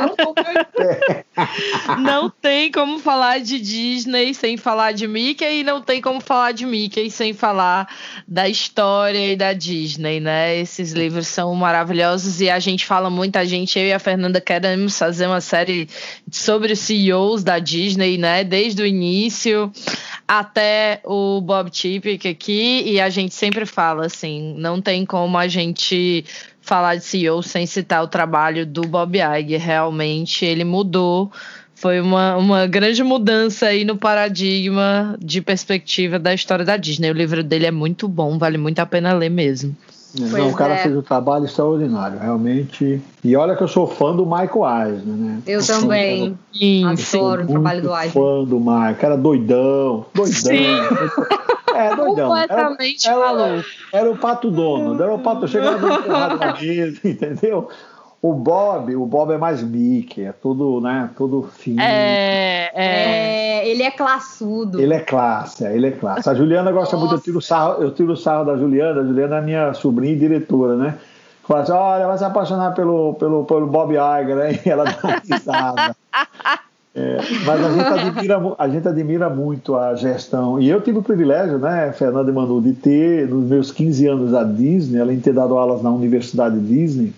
Não tem como falar de Disney sem falar de Mickey e não tem como falar de Mickey sem falar da história e da Disney, né? Esses livros são maravilhosos e a gente fala muito, eu e a Fernanda queremos fazer uma série sobre os CEOs da Disney, né? Desde o início até o Bob Chapek aqui, e a gente sempre fala assim, não tem como a gente falar de CEO sem citar o trabalho do Bob Iger. Realmente ele mudou, foi uma grande mudança aí no paradigma de perspectiva da história da Disney. O livro dele é muito bom, vale muito a pena ler mesmo. Não, o cara fez um trabalho extraordinário, realmente. E olha que eu sou fã do Michael Eisner, né? Eu também. Adoro o trabalho do Eisner. Fã do Michael, era doidão. Sim. Doidão. Completamente maluco. Era o Pato Donald, chegava dando porrada na mesa, entendeu? O Bob é mais Mickey, é tudo, né? Tudo fino. Ele é classudo. Ele é classe. A Juliana gosta muito, eu tiro o sarro da Juliana. A Juliana é minha sobrinha e diretora, né? Fala assim, olha, vai se apaixonar pelo Bob Iger, né? E ela dá uma risada. Mas a gente admira muito a gestão. E eu tive o privilégio, né, Fernanda e Manu, de ter, nos meus 15 anos da Disney, além de ter dado aulas na Universidade Disney,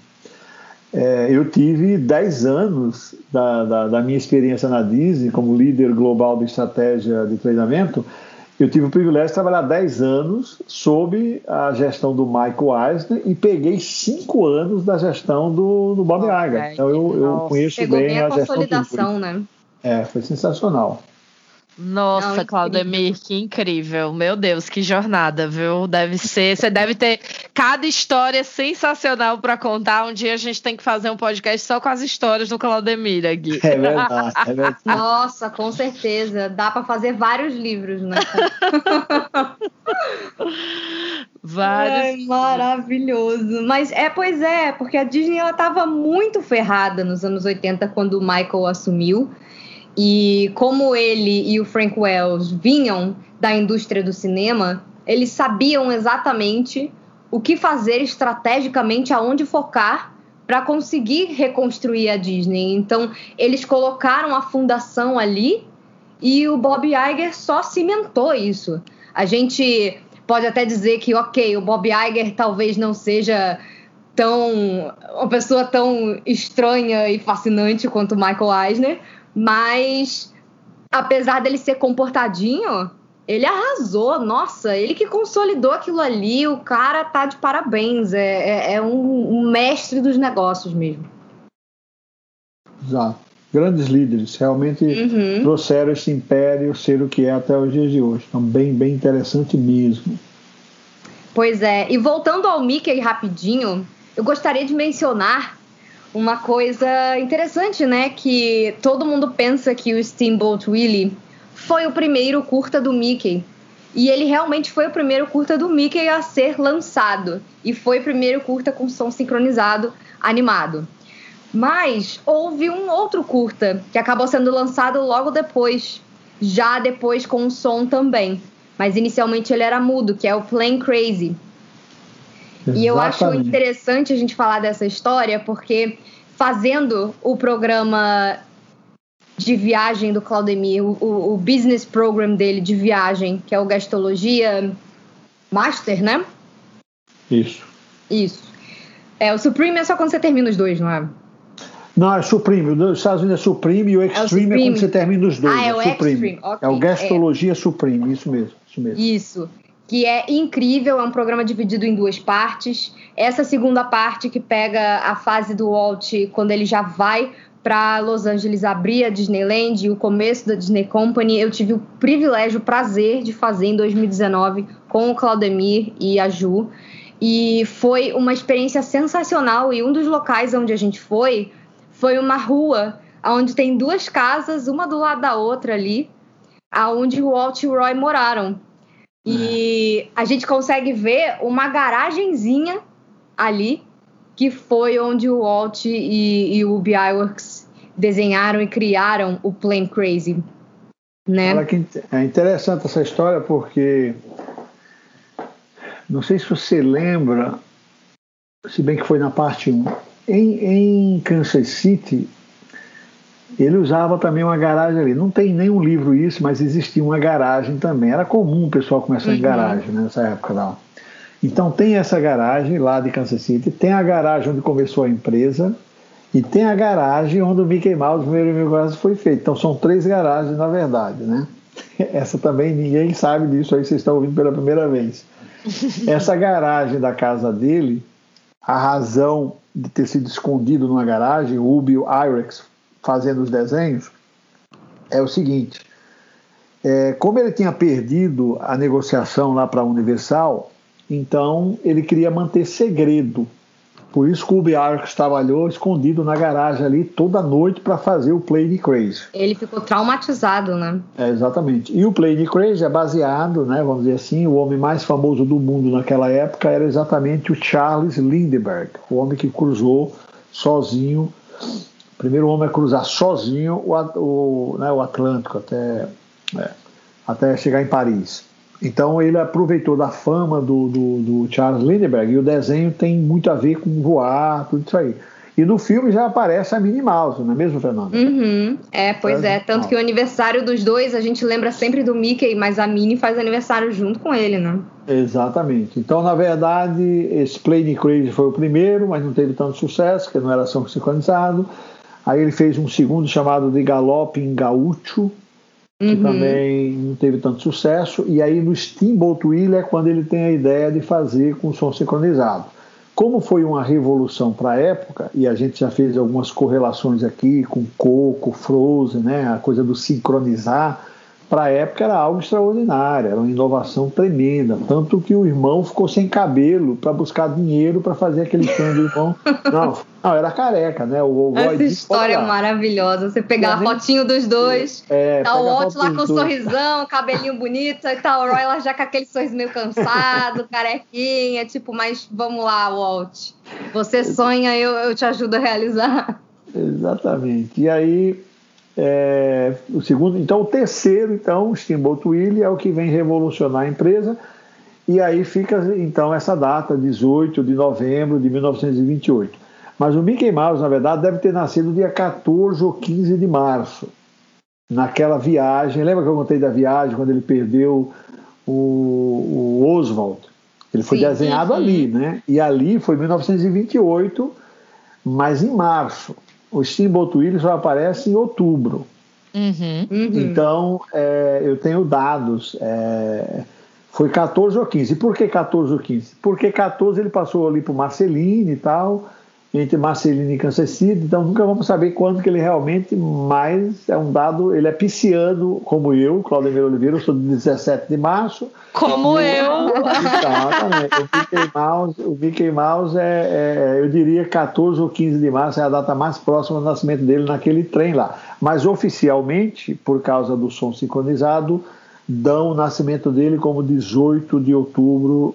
eu tive 10 anos da minha experiência na Disney como líder global de estratégia de treinamento. Eu tive o privilégio de trabalhar 10 anos sob a gestão do Michael Eisner e peguei 5 anos da gestão do Bob Iger. Então eu conheço bem a gestão. Consolidação, né? Foi sensacional. Nossa, Claudemir, que incrível. Meu Deus, que jornada, viu? Você deve ter cada história sensacional para contar. Um dia a gente tem que fazer um podcast só com as histórias do Claudemir aqui. É verdade. Nossa, com certeza. Dá para fazer vários livros, né? Vários. Maravilhoso. Mas porque a Disney ela estava muito ferrada nos anos 80 quando o Michael assumiu. E como ele e o Frank Wells vinham da indústria do cinema, eles sabiam exatamente o que fazer estrategicamente, aonde focar para conseguir reconstruir a Disney. Então, eles colocaram a fundação ali e o Bob Iger só cimentou isso. A gente pode até dizer que, o Bob Iger talvez não seja uma pessoa tão estranha e fascinante quanto o Michael Eisner, mas apesar dele ser comportadinho, ele arrasou. Nossa, ele que consolidou aquilo ali. O cara tá de parabéns. É um mestre dos negócios mesmo. Exato. grandes líderes, realmente trouxeram esse império ser o que é até os dias de hoje. Então, bem, bem interessante mesmo. Pois é, e voltando ao Mickey rapidinho, eu gostaria de mencionar uma coisa interessante, né? Que todo mundo pensa que o Steamboat Willie foi o primeiro curta do Mickey. E ele realmente foi o primeiro curta do Mickey a ser lançado. E foi o primeiro curta com som sincronizado animado. Mas houve um outro curta que acabou sendo lançado logo depois. Já depois com som também. Mas inicialmente ele era mudo, que é o Plane Crazy. Exatamente. E eu acho interessante a gente falar dessa história, porque fazendo o programa de viagem do Claudemir, o business program dele de viagem, que é o Gastologia Master, né? Isso. O Supreme é só quando você termina os dois, não é? Não, é Supreme. Os Estados Unidos é Supreme e o Extreme é quando você termina os dois. É o Extreme. Okay. É o Gastologia Supreme, isso mesmo. Isso. Que é incrível, é um programa dividido em 2 partes. Essa segunda parte que pega a fase do Walt quando ele já vai para Los Angeles abrir a Disneyland e o começo da Disney Company, eu tive o privilégio, o prazer de fazer em 2019 com o Claudemir e a Ju. E foi uma experiência sensacional. E um dos locais onde a gente foi uma rua onde tem 2 casas, uma do lado da outra ali, aonde o Walt e o Roy moraram. E a gente consegue ver uma garagenzinha ali, que foi onde o Walt e o Ub Iwerks desenharam e criaram o Plane Crazy, né? Olha que é interessante essa história, porque não sei se você lembra, se bem que foi na parte 1, em Kansas City ele usava também uma garagem ali. Não tem nenhum livro isso, mas existia uma garagem também. Era comum o pessoal começar em garagem, né, nessa época lá. Então tem essa garagem lá de Kansas City, tem a garagem onde começou a empresa e tem a garagem onde o Mickey Mouse, o primeiro Mickey Mouse, foi feito. Então são 3 garagens na verdade, né? Essa também ninguém sabe disso, aí vocês estão ouvindo pela primeira vez. Essa garagem da casa dele, a razão de ter sido escondido numa garagem, o Ub Iwerks fazendo os desenhos, é o seguinte: como ele tinha perdido a negociação lá para a Universal, então ele queria manter segredo. Por isso que o Ub Iwerks trabalhou escondido na garagem ali toda noite para fazer o Plane Crazy. Ele ficou traumatizado, né? Exatamente. E o Plane Crazy é baseado, né, vamos dizer assim, o homem mais famoso do mundo naquela época era exatamente o Charles Lindbergh, o homem que cruzou sozinho. O primeiro homem a cruzar sozinho o Atlântico até chegar em Paris. Então ele aproveitou da fama do Charles Lindbergh, e o desenho tem muito a ver com voar, tudo isso aí. E no filme já aparece a Minnie Mouse, não é mesmo, Fernanda? Pois é. Tanto que o aniversário dos dois, a gente lembra sempre do Mickey, mas a Minnie faz aniversário junto com ele, né? Exatamente. Então, na verdade, esse Plane Crazy foi o primeiro, mas não teve tanto sucesso, porque não era som sincronizado. Aí ele fez um segundo chamado de Galopin Gaúcho, que também não teve tanto sucesso. E aí no Steamboat Willie é quando ele tem a ideia de fazer com som sincronizado. Como foi uma revolução para a época, e a gente já fez algumas correlações aqui com Coco, Frozen, né, a coisa do sincronizar, para a época era algo extraordinário, era uma inovação tremenda, tanto que o irmão ficou sem cabelo para buscar dinheiro para fazer aquele sonho do irmão. Não, era careca, né? Essa história é maravilhosa, você pegar a fotinho dos dois, tá o Walt lá com um sorrisão, cabelinho bonito, e tá o Roy lá já com aquele sorriso meio cansado, carequinha, tipo, mas vamos lá, Walt, você sonha, eu te ajudo a realizar. Exatamente. E aí o segundo, então o terceiro, o Steamboat Willie é o que vem revolucionar a empresa, e aí fica então essa data, 18 de novembro de 1928. Mas o Mickey Mouse, na verdade, deve ter nascido dia 14 ou 15 de março, naquela viagem. Lembra que eu contei da viagem quando ele perdeu o Oswald? Ele foi desenhado ali, né? E ali foi 1928, mas em março. O Steamboat Willie só aparece em outubro. Então, eu tenho dados. Foi 14 ou 15. E por que 14 ou 15? Porque 14 ele passou ali para o Marceline e tal, entre Marcelino e Kansas City, então nunca vamos saber quando que ele realmente, mas é um dado, ele é pisciano, como eu, Claudemir Oliveira, eu sou de 17 de março. Como eu. Exatamente. O Mickey Mouse eu diria 14 ou 15 de março, é a data mais próxima do nascimento dele naquele trem lá. Mas oficialmente, por causa do som sincronizado, dão o nascimento dele como 18 de outubro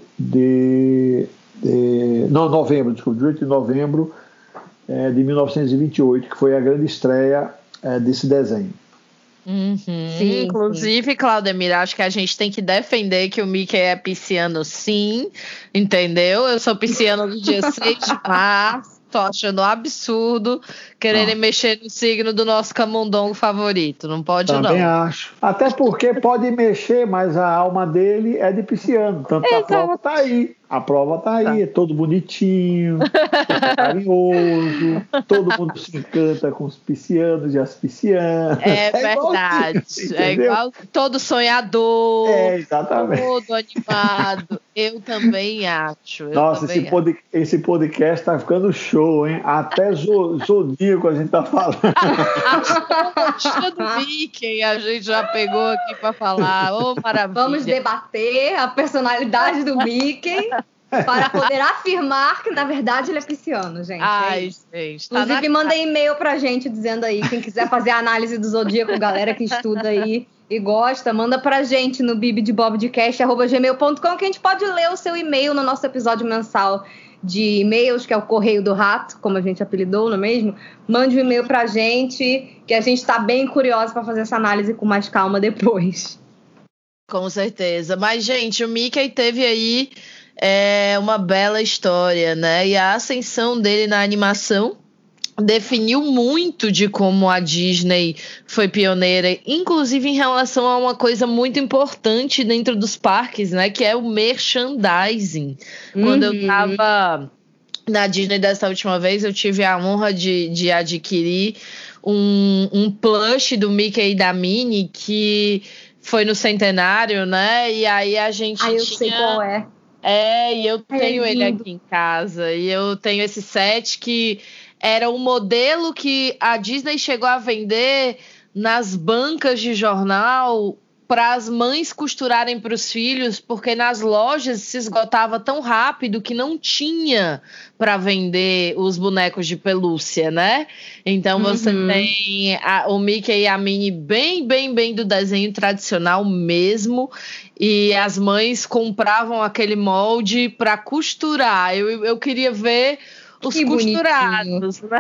novembro, desculpa, 18 de novembro de 1928, que foi a grande estreia desse desenho. Sim, inclusive, Claudemir, acho que a gente tem que defender que o Mickey é pisciano, sim, entendeu? Eu sou pisciano do dia 6 de março, tô achando um absurdo quererem mexer no signo do nosso camundongo favorito, não pode Também acho. Até porque pode mexer, mas a alma dele é de pisciano, tanto a prova está aí. A prova está aí, é todo bonitinho, todo carinhoso, todo mundo se encanta com os piscianos e as piscianas. É verdade. É igual todo sonhador, exatamente. todo animado. Eu também acho. Nossa, esse podcast está ficando show, hein? Até Zodíaco a gente está falando. A do Mickey a gente já pegou aqui para falar. Ô, maravilha. Vamos debater a personalidade do Mickey para poder afirmar que, na verdade, ele é pisciano, gente. Ai, gente. Tá inclusive, mandem e-mail pra gente dizendo aí, quem quiser fazer a análise do Zodíaco, galera que estuda aí e gosta, manda pra gente no bibdebobdecast@gmail.com que a gente pode ler o seu e-mail no nosso episódio mensal de e-mails, que é o Correio do Rato, como a gente apelidou, não é mesmo? Mande um e-mail pra gente, que a gente tá bem curiosa pra fazer essa análise com mais calma depois. Com certeza. Mas, gente, o Mickey teve aí uma bela história, né? E a ascensão dele na animação definiu muito de como a Disney foi pioneira, inclusive em relação a uma coisa muito importante dentro dos parques, né? Que é o merchandising. Quando eu tava na Disney dessa última vez, eu tive a honra de adquirir um plush do Mickey e da Minnie que foi no centenário, né? E aí a gente eu sei qual é. E eu tenho ele aqui em casa. E eu tenho esse set que era um modelo que a Disney chegou a vender nas bancas de jornal para as mães costurarem para os filhos, porque nas lojas se esgotava tão rápido que não tinha para vender os bonecos de pelúcia, né? Então você tem o Mickey e a Minnie bem do desenho tradicional mesmo, e as mães compravam aquele molde para costurar. Eu queria ver os costurados, né?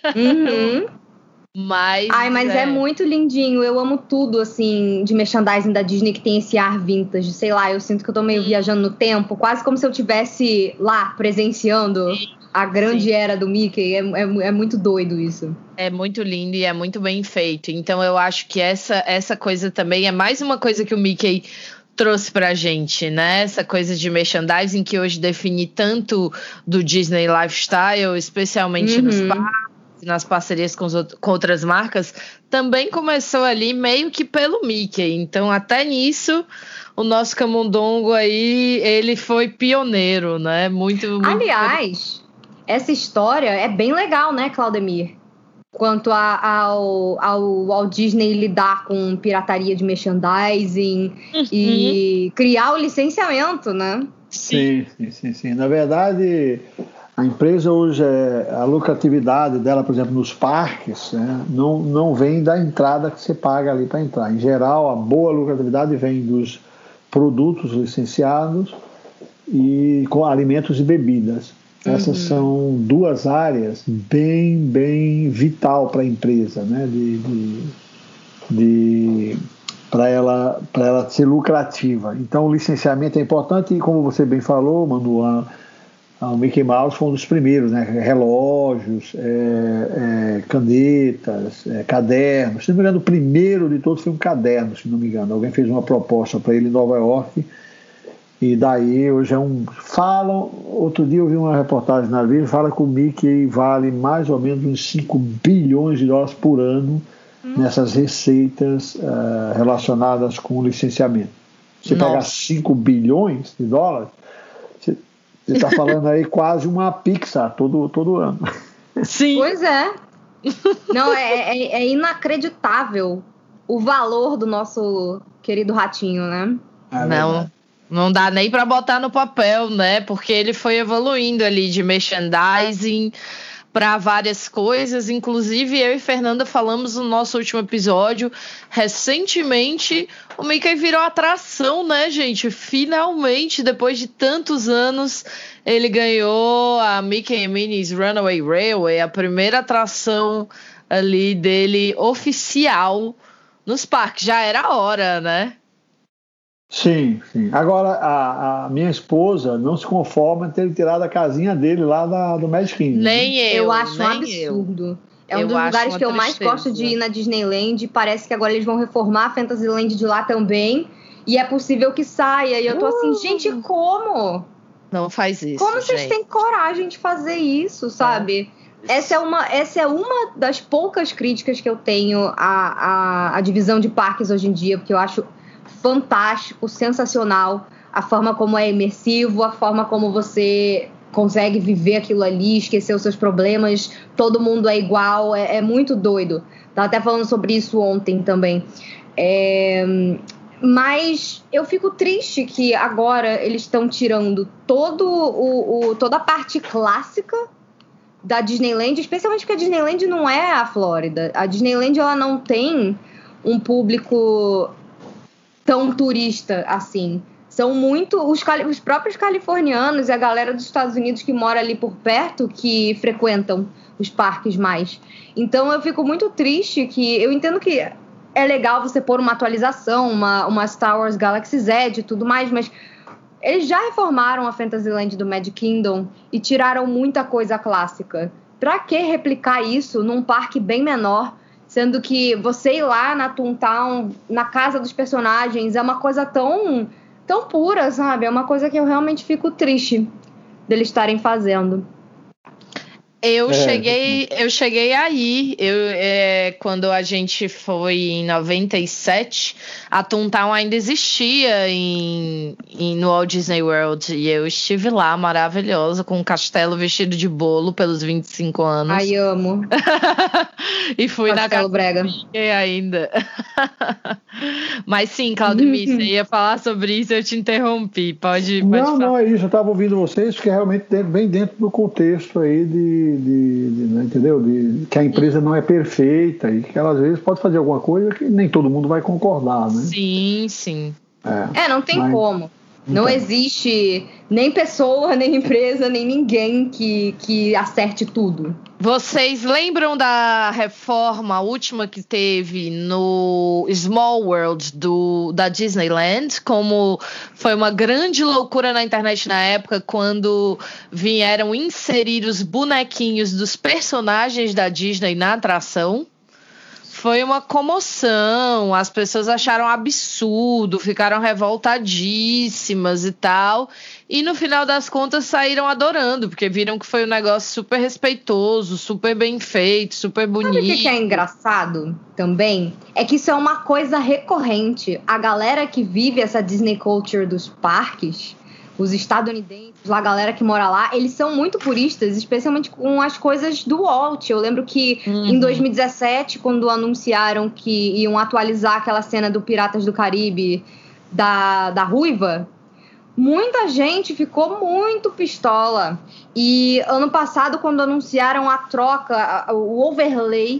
Mas é muito lindinho. Eu amo tudo, assim, de merchandising da Disney que tem esse ar vintage. Sei lá, eu sinto que eu tô meio viajando no tempo, quase como se eu estivesse lá, presenciando a grande era do Mickey. É muito doido isso. É muito lindo e é muito bem feito. Então eu acho que essa coisa também é mais uma coisa que o Mickey trouxe pra gente, né? Essa coisa de merchandising que hoje define tanto do Disney Lifestyle, especialmente nos parques, nas parcerias com outras marcas, também começou ali meio que pelo Mickey. Então, até nisso, o nosso camundongo aí, ele foi pioneiro, né? Muito Aliás, essa história é bem legal, né, Claudemir? Quanto ao Disney lidar com pirataria de merchandising e criar o licenciamento, né? Sim. Na verdade, a empresa hoje, a lucratividade dela, por exemplo, nos parques, né, não vem da entrada que você paga ali para entrar. Em geral, a boa lucratividade vem dos produtos licenciados e com alimentos e bebidas. Essas são duas áreas bem vital para a empresa, né, para ela ser lucrativa. Então, o licenciamento é importante e, como você bem falou, Manu, o Mickey Mouse foi um dos primeiros, né? Relógios, canetas, cadernos. Se não me engano, o primeiro de todos foi um caderno, se não me engano. Alguém fez uma proposta para ele em Nova York. E daí hoje outro dia eu vi uma reportagem na Veja, fala que o Mickey vale mais ou menos uns 5 bilhões de dólares por ano nessas receitas relacionadas com o licenciamento. Você pegar 5 bilhões de dólares, Você está falando aí quase uma Pixar todo ano. Sim. Pois é. Não, é inacreditável o valor do nosso querido ratinho, né? Não dá nem para botar no papel, né? Porque ele foi evoluindo ali de merchandising para várias coisas. Inclusive, eu e Fernanda falamos no nosso último episódio. Recentemente, o Mickey virou atração, né, gente? Finalmente, depois de tantos anos, ele ganhou a Mickey and Minnie's Runaway Railway, a primeira atração ali dele oficial nos parques. Já era a hora, né? Sim. Agora, a minha esposa não se conforma em ter tirado a casinha dele lá do Magic Kingdom. Nem eu acho um nem absurdo. É Eu um dos acho lugares uma que eu mais tristeza. gosto de ir na Disneyland. Parece que agora eles vão reformar a Fantasyland de lá também. E é possível que saia. E eu tô assim, gente, como? Não faz isso, Como vocês gente. têm coragem de fazer isso, sabe? Essa é uma das poucas críticas que eu tenho à divisão de parques hoje em dia, porque eu acho fantástico, sensacional a forma como é imersivo, a forma como você consegue viver aquilo ali, esquecer os seus problemas, todo mundo é igual, é muito doido. Tava até falando sobre isso ontem também. Mas eu fico triste que agora eles estão tirando toda a parte clássica da Disneyland, especialmente porque a Disneyland não é a Flórida. A Disneyland ela não tem um público tão turista assim. São muito os próprios californianos e a galera dos Estados Unidos que mora ali por perto que frequentam os parques mais. Então eu fico muito triste que... Eu entendo que é legal você pôr uma atualização, uma Star Wars Galaxy's Edge e tudo mais, mas eles já reformaram a Fantasyland do Magic Kingdom e tiraram muita coisa clássica. Pra que replicar isso num parque bem menor? Sendo que você ir lá na Toontown, na casa dos personagens, é uma coisa tão pura, sabe? É uma coisa que eu realmente fico triste deles estarem fazendo. Eu cheguei aí, quando a gente foi em 97, a Toontown ainda existia no Walt Disney World, e eu estive lá, maravilhosa, com um castelo vestido de bolo pelos 25 anos. Ai, amo. E fui Castelo na casa Brega. do Mickey ainda. Mas sim, Claudemir, você ia falar sobre isso, eu te interrompi, pode falar. Não, é isso, eu estava ouvindo vocês, porque realmente bem dentro do contexto aí entendeu? Que a empresa não é perfeita e que ela às vezes pode fazer alguma coisa que nem todo mundo vai concordar, né? Sim. Não tem como. Não existe nem pessoa, nem empresa, nem ninguém que acerte tudo. Vocês lembram da reforma última que teve no Small World da Disneyland? Como foi uma grande loucura na internet na época, quando vieram inserir os bonequinhos dos personagens da Disney na atração? Foi uma comoção, as pessoas acharam absurdo, ficaram revoltadíssimas e tal. E no final das contas saíram adorando, porque viram que foi um negócio super respeitoso, super bem feito, super bonito. Sabe o que é engraçado também? É que isso é uma coisa recorrente. A galera que vive essa Disney culture dos parques, os estadunidenses, a galera que mora lá, eles são muito puristas, especialmente com as coisas do Walt. Eu lembro que em 2017, quando anunciaram que iam atualizar aquela cena do Piratas do Caribe da Ruiva, muita gente ficou muito pistola. E ano passado, quando anunciaram a troca, o overlay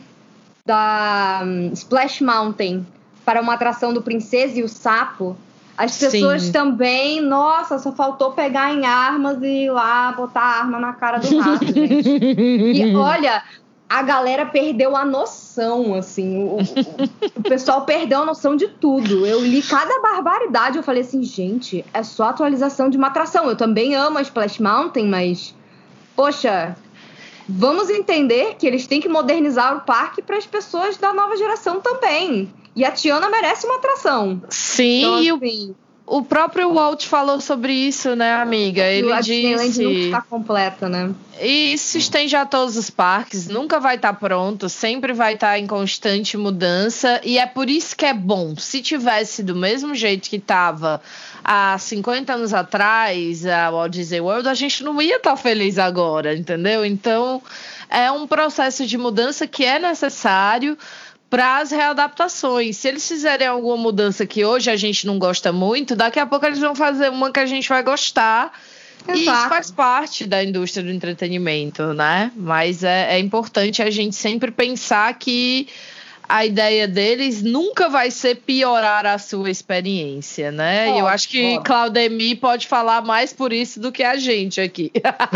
da Splash Mountain para uma atração do Princesa e o Sapo, as pessoas também, nossa, só faltou pegar em armas e ir lá botar a arma na cara do rato, gente. E olha, a galera perdeu a noção, assim, o pessoal perdeu a noção de tudo. Eu li cada barbaridade, eu falei assim, gente, é só atualização de uma atração. Eu também amo a Splash Mountain, mas, poxa, vamos entender que eles têm que modernizar o parque para as pessoas da nova geração também. E a Tiana merece uma atração. Sim, então, assim, O próprio Walt falou sobre isso, né, amiga? Ele a disse... Disneyland nunca está completa, né? E isso se estende a todos os parques, nunca vai estar pronto, sempre vai estar em constante mudança, e é por isso que é bom. Se tivesse do mesmo jeito que estava há 50 anos atrás, a Walt Disney World, a gente não ia estar feliz agora, entendeu? Então, é um processo de mudança que é necessário para as readaptações. Se eles fizerem alguma mudança que hoje a gente não gosta muito, daqui a pouco eles vão fazer uma que a gente vai gostar. Exato. E isso faz parte da indústria do entretenimento, né? Mas é importante a gente sempre pensar que a ideia deles nunca vai ser piorar a sua experiência, né? E eu acho que Claudemir pode falar mais por isso do que a gente aqui.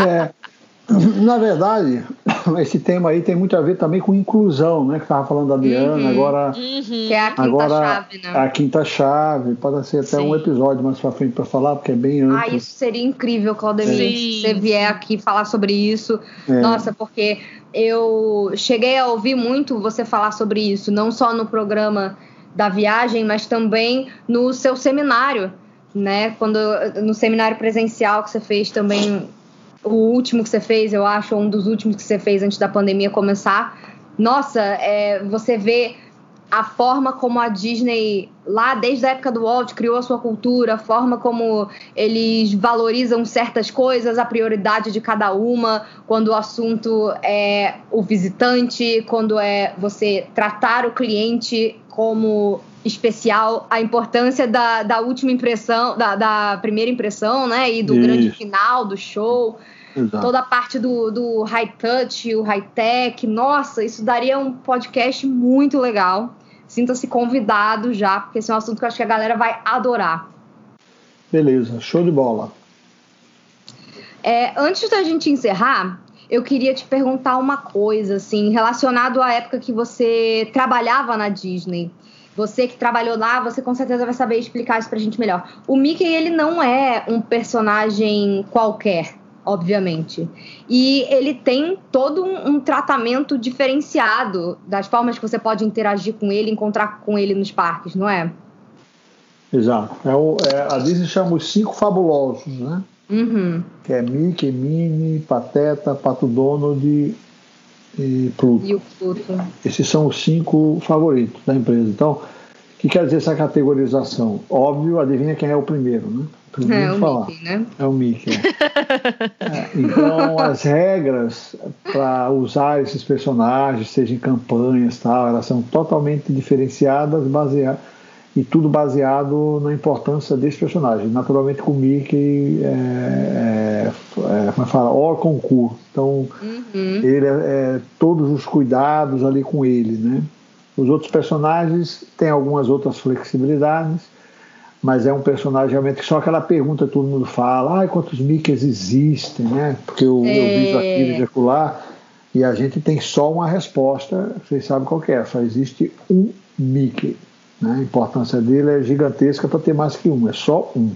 Na verdade, esse tema aí tem muito a ver também com inclusão, né? Que estava falando da Diana, agora... Que é a quinta-chave, né? A quinta-chave, pode ser até um episódio mais pra frente para falar, porque é bem amplo. Isso seria incrível, Claudemir, se você vier aqui falar sobre isso. Nossa, porque eu cheguei a ouvir muito você falar sobre isso, não só no programa da viagem, mas também no seu seminário, né? No seminário presencial que você fez também... O último que você fez, eu acho, ou um dos últimos que você fez antes da pandemia começar. Nossa, você vê a forma como a Disney, lá desde a época do Walt, criou a sua cultura, a forma como eles valorizam certas coisas, a prioridade de cada uma, quando o assunto é o visitante, quando é você tratar o cliente como especial, a importância da última impressão, da primeira impressão, né, e do grande final do show. Exato. Toda a parte do high touch, o high tech. Nossa, isso daria um podcast muito legal. Sinta-se convidado já, porque esse é um assunto que eu acho que a galera vai adorar. Beleza, show de bola. Antes da gente encerrar, eu queria te perguntar uma coisa, assim, relacionado à época que você trabalhava na Disney. Você que trabalhou lá, você com certeza vai saber explicar isso pra gente melhor. O Mickey, ele não é um personagem qualquer, obviamente. E ele tem todo um tratamento diferenciado das formas que você pode interagir com ele, encontrar com ele nos parques, não é? Exato. A Disney chama os 5 fabulosos, né? Que é Mickey, Minnie, Pateta, Pato Donald e Pluto. E o Pluto. Esses são os 5 favoritos da empresa. Então, o que quer dizer essa categorização? Óbvio, adivinha quem é o primeiro, né? É o falar. Mickey, né? É o Mickey. Então, as regras para usar esses personagens, seja em campanhas, tal, elas são totalmente diferenciadas, e tudo baseado na importância desse personagem. Naturalmente, com o Mickey como fala, hors concurso. Então, ele todos os cuidados ali com ele, né? Os outros personagens têm algumas outras flexibilidades, mas é um personagem realmente que só aquela pergunta todo mundo fala, quantos Mickeys existem, né? Porque eu vi aquilo e acolá, e a gente tem só uma resposta, vocês sabem qual que é, só existe um Mickey. Né? A importância dele é gigantesca para ter mais que um, é só um.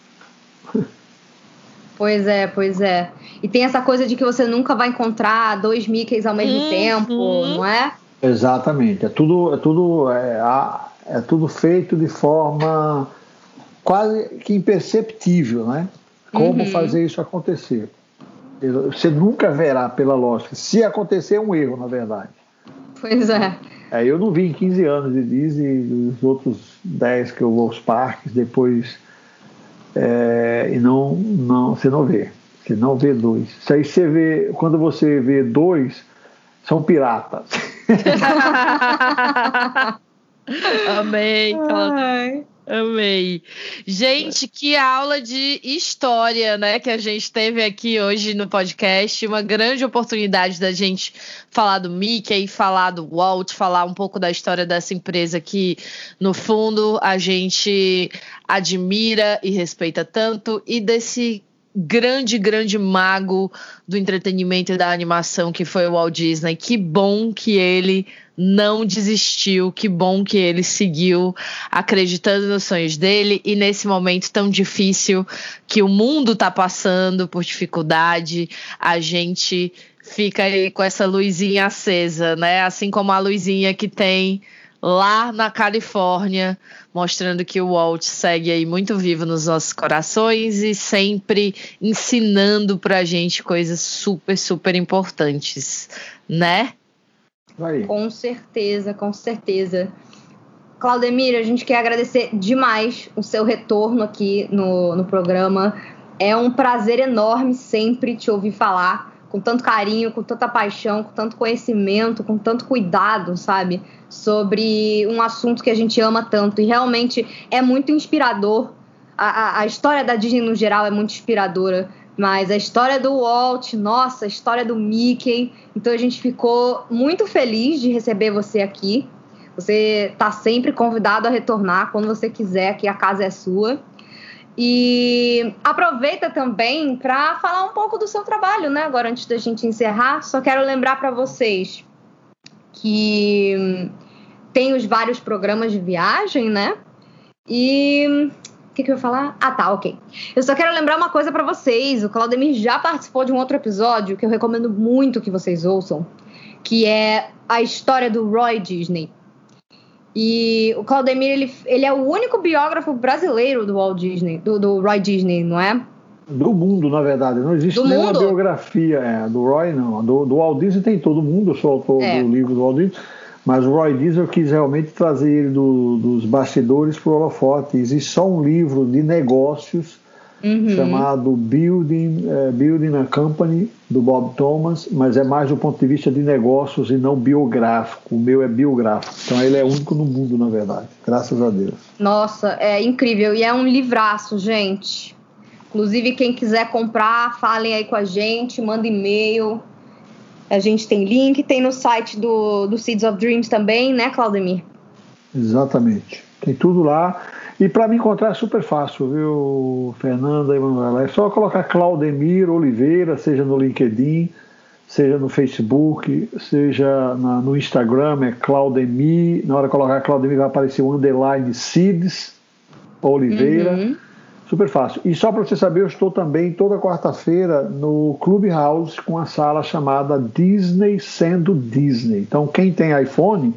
Pois é. E tem essa coisa de que você nunca vai encontrar 2 Mickeys ao mesmo tempo, não é? Exatamente. É tudo feito de forma quase que imperceptível, né? Como fazer isso acontecer. Você nunca verá pela lógica. Se acontecer, é um erro, na verdade. Pois é. Eu não vi em 15 anos de Disney, os outros 10 que eu vou aos parques, depois e você não vê. Você não vê 2. Isso aí você vê, quando você vê 2, são piratas. Amei, amei. Gente, que aula de história, né, que a gente teve aqui hoje no podcast. Uma grande oportunidade da gente falar do Mickey, falar do Walt, falar um pouco da história dessa empresa que, no fundo, a gente admira e respeita tanto, e desse grande mago do entretenimento e da animação que foi o Walt Disney. Que bom que ele não desistiu, que bom que ele seguiu acreditando nos sonhos dele, e nesse momento tão difícil que o mundo está passando por dificuldade, a gente fica aí com essa luzinha acesa, né? Assim como a luzinha que tem lá na Califórnia, mostrando que o Walt segue aí muito vivo nos nossos corações e sempre ensinando pra gente coisas super, super importantes, né? Aí. Com certeza, com certeza. Claudemir, a gente quer agradecer demais o seu retorno aqui no programa. É um prazer enorme sempre te ouvir falar com tanto carinho, com tanta paixão, com tanto conhecimento, com tanto cuidado, sabe? Sobre um assunto que a gente ama tanto. E realmente é muito inspirador. A história da Disney no geral é muito inspiradora. Mas a história do Walt, nossa, a história do Mickey. Então a gente ficou muito feliz de receber você aqui. Você está sempre convidado a retornar quando você quiser, que a casa é sua. E aproveita também para falar um pouco do seu trabalho, né? Agora, antes da gente encerrar, só quero lembrar para vocês que tem os vários programas de viagem, né? E o que eu ia falar? Ah, tá, ok. Eu só quero lembrar uma coisa para vocês. O Claudemir já participou de um outro episódio que eu recomendo muito que vocês ouçam, que é a história do Roy Disney. E o Claudemir, ele é o único biógrafo brasileiro do Walt Disney, do Roy Disney, não é? Do mundo, na verdade. Não existe do nenhuma mundo? biografia do Roy, não. Do Walt Disney tem todo mundo, eu sou autor do livro do Walt Disney, mas o Roy Disney eu quis realmente trazer ele dos bastidores para o holofote. Existe só um livro de negócios chamado Building a Company, do Bob Thomas, mas é mais do ponto de vista de negócios e não biográfico. O meu é biográfico. Então ele é único no mundo, na verdade. Graças a Deus. Nossa, é incrível. E é um livraço, gente. Inclusive, quem quiser comprar, falem aí com a gente, manda e-mail. A gente tem link, tem no site do Seeds of Dreams também, né, Claudemir? Exatamente. Tem tudo lá. E para me encontrar é super fácil, viu, Fernanda e Manuela? É só colocar Claudemir Oliveira, seja no LinkedIn, seja no Facebook, seja no Instagram, é Claudemir. Na hora de colocar Claudemir vai aparecer o underline Seeds Oliveira. Super fácil. E só para você saber, eu estou também toda quarta-feira no Clubhouse com a sala chamada Disney Sendo Disney. Então, quem tem iPhone,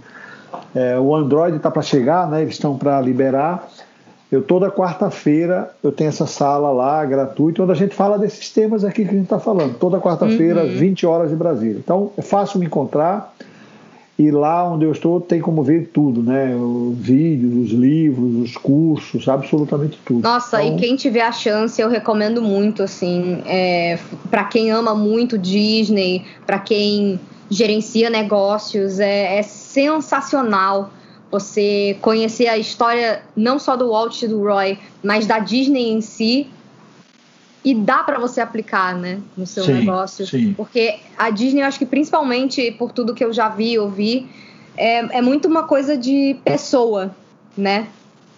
o Android está para chegar, né? Eles estão para liberar. Toda quarta-feira eu tenho essa sala lá, gratuita, onde a gente fala desses temas aqui que a gente está falando. Toda quarta-feira, 20 horas de Brasília. Então, é fácil me encontrar. E lá onde eu estou tem como ver tudo, né? Os vídeos, os livros, os cursos, absolutamente tudo. Nossa, então... e quem tiver a chance, eu recomendo muito, assim, para quem ama muito Disney, para quem gerencia negócios, é sensacional você conhecer a história não só do Walt e do Roy, mas da Disney em si. E dá para você aplicar, né, no seu negócio. Sim. Porque a Disney, eu acho que principalmente por tudo que eu já vi, ouvi, é muito uma coisa de pessoa, né?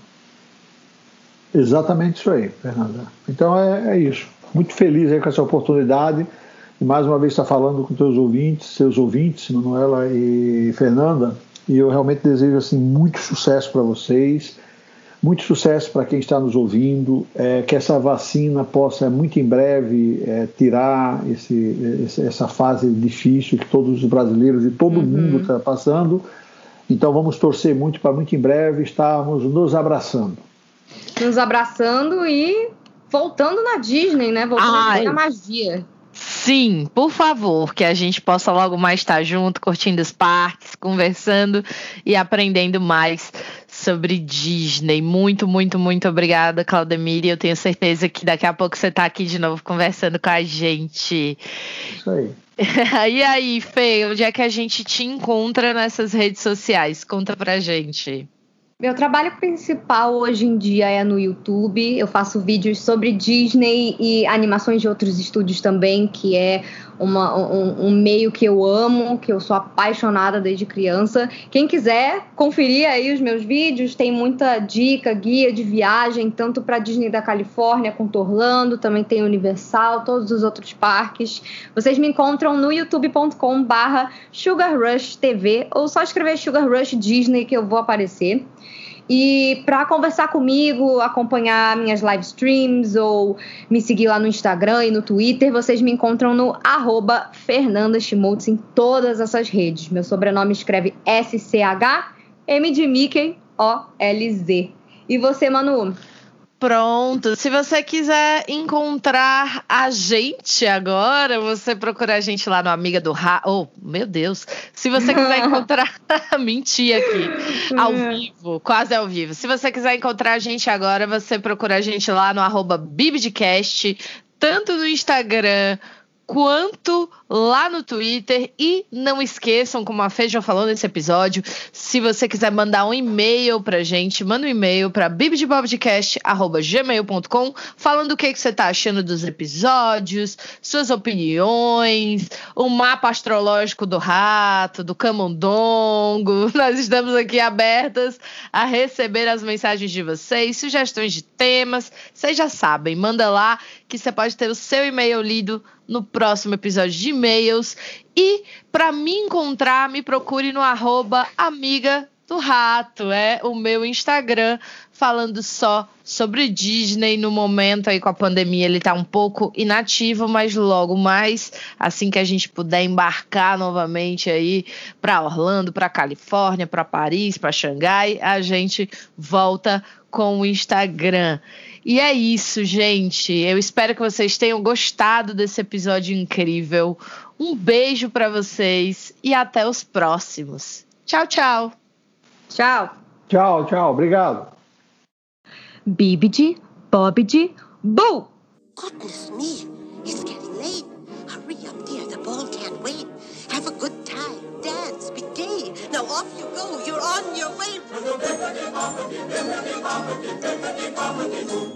Exatamente isso aí, Fernanda. Então é isso. Muito feliz aí com essa oportunidade. E mais uma vez estar falando com seus ouvintes, Manuela e Fernanda. E eu realmente desejo assim, muito sucesso para vocês. Muito sucesso para quem está nos ouvindo, que essa vacina possa muito em breve tirar essa fase difícil que todos os brasileiros e todo mundo está passando. Então vamos torcer muito para muito em breve estarmos nos abraçando. Nos abraçando e voltando na Disney, né? Voltando na magia. Sim, por favor, que a gente possa logo mais estar junto, curtindo os parques, conversando e aprendendo mais sobre Disney. Muito, muito, muito obrigada, Claudemir. Eu tenho certeza que daqui a pouco você está aqui de novo conversando com a gente. Isso aí. E aí, Fê, onde é que a gente te encontra nessas redes sociais? Conta pra gente. Meu trabalho principal hoje em dia é no YouTube. Eu faço vídeos sobre Disney e animações de outros estúdios também, que é um meio que eu amo, que eu sou apaixonada desde criança. Quem quiser conferir aí os meus vídeos, tem muita dica, guia de viagem, tanto para Disney da Califórnia quanto Orlando, também tem Universal, todos os outros parques. Vocês me encontram no youtube.com/SugarRushTV ou só escrever Sugar Rush Disney que eu vou aparecer. E para conversar comigo, acompanhar minhas live streams ou me seguir lá no Instagram e no Twitter, vocês me encontram no @FernandaSchmoltz em todas essas redes. Meu sobrenome escreve SCH M de Mickey, OLZ. E você, Manu? Pronto. Se você quiser encontrar a gente agora, você procura a gente lá no Amiga do Rato. Oh, meu Deus. Se você quiser encontrar... Menti aqui. Ao vivo, quase ao vivo. Se você quiser encontrar a gente agora, você procura a gente lá no @bibdcast, tanto no Instagram quanto lá no Twitter. E não esqueçam, como a Fê já falou nesse episódio, se você quiser mandar um e-mail pra gente, manda um e-mail pra bibdebobdcast@gmail.com, falando o que você tá achando dos episódios, suas opiniões, o mapa astrológico do rato, do camundongo. Nós estamos aqui abertas a receber as mensagens de vocês, sugestões de temas. Vocês já sabem, manda lá que você pode ter o seu e-mail lido no próximo episódio de e-mails. E para me encontrar, me procure no @Amiga do Rato, é o meu Instagram, falando só sobre Disney. No momento aí com a pandemia ele tá um pouco inativo, mas logo mais, assim que a gente puder embarcar novamente aí para Orlando, para Califórnia, para Paris, para Xangai, a gente volta com o Instagram. E é isso, gente. Eu espero que vocês tenham gostado desse episódio incrível. Um beijo para vocês e até os próximos. Tchau, tchau. Tchau. Tchau, tchau. Obrigado. Bibidi, Bobidi, Boo! Goodness me, it's getting late. Hurry up, dear. The ball can't wait. Have a good time. Dance. Be gay. Now off you go. You're on your way.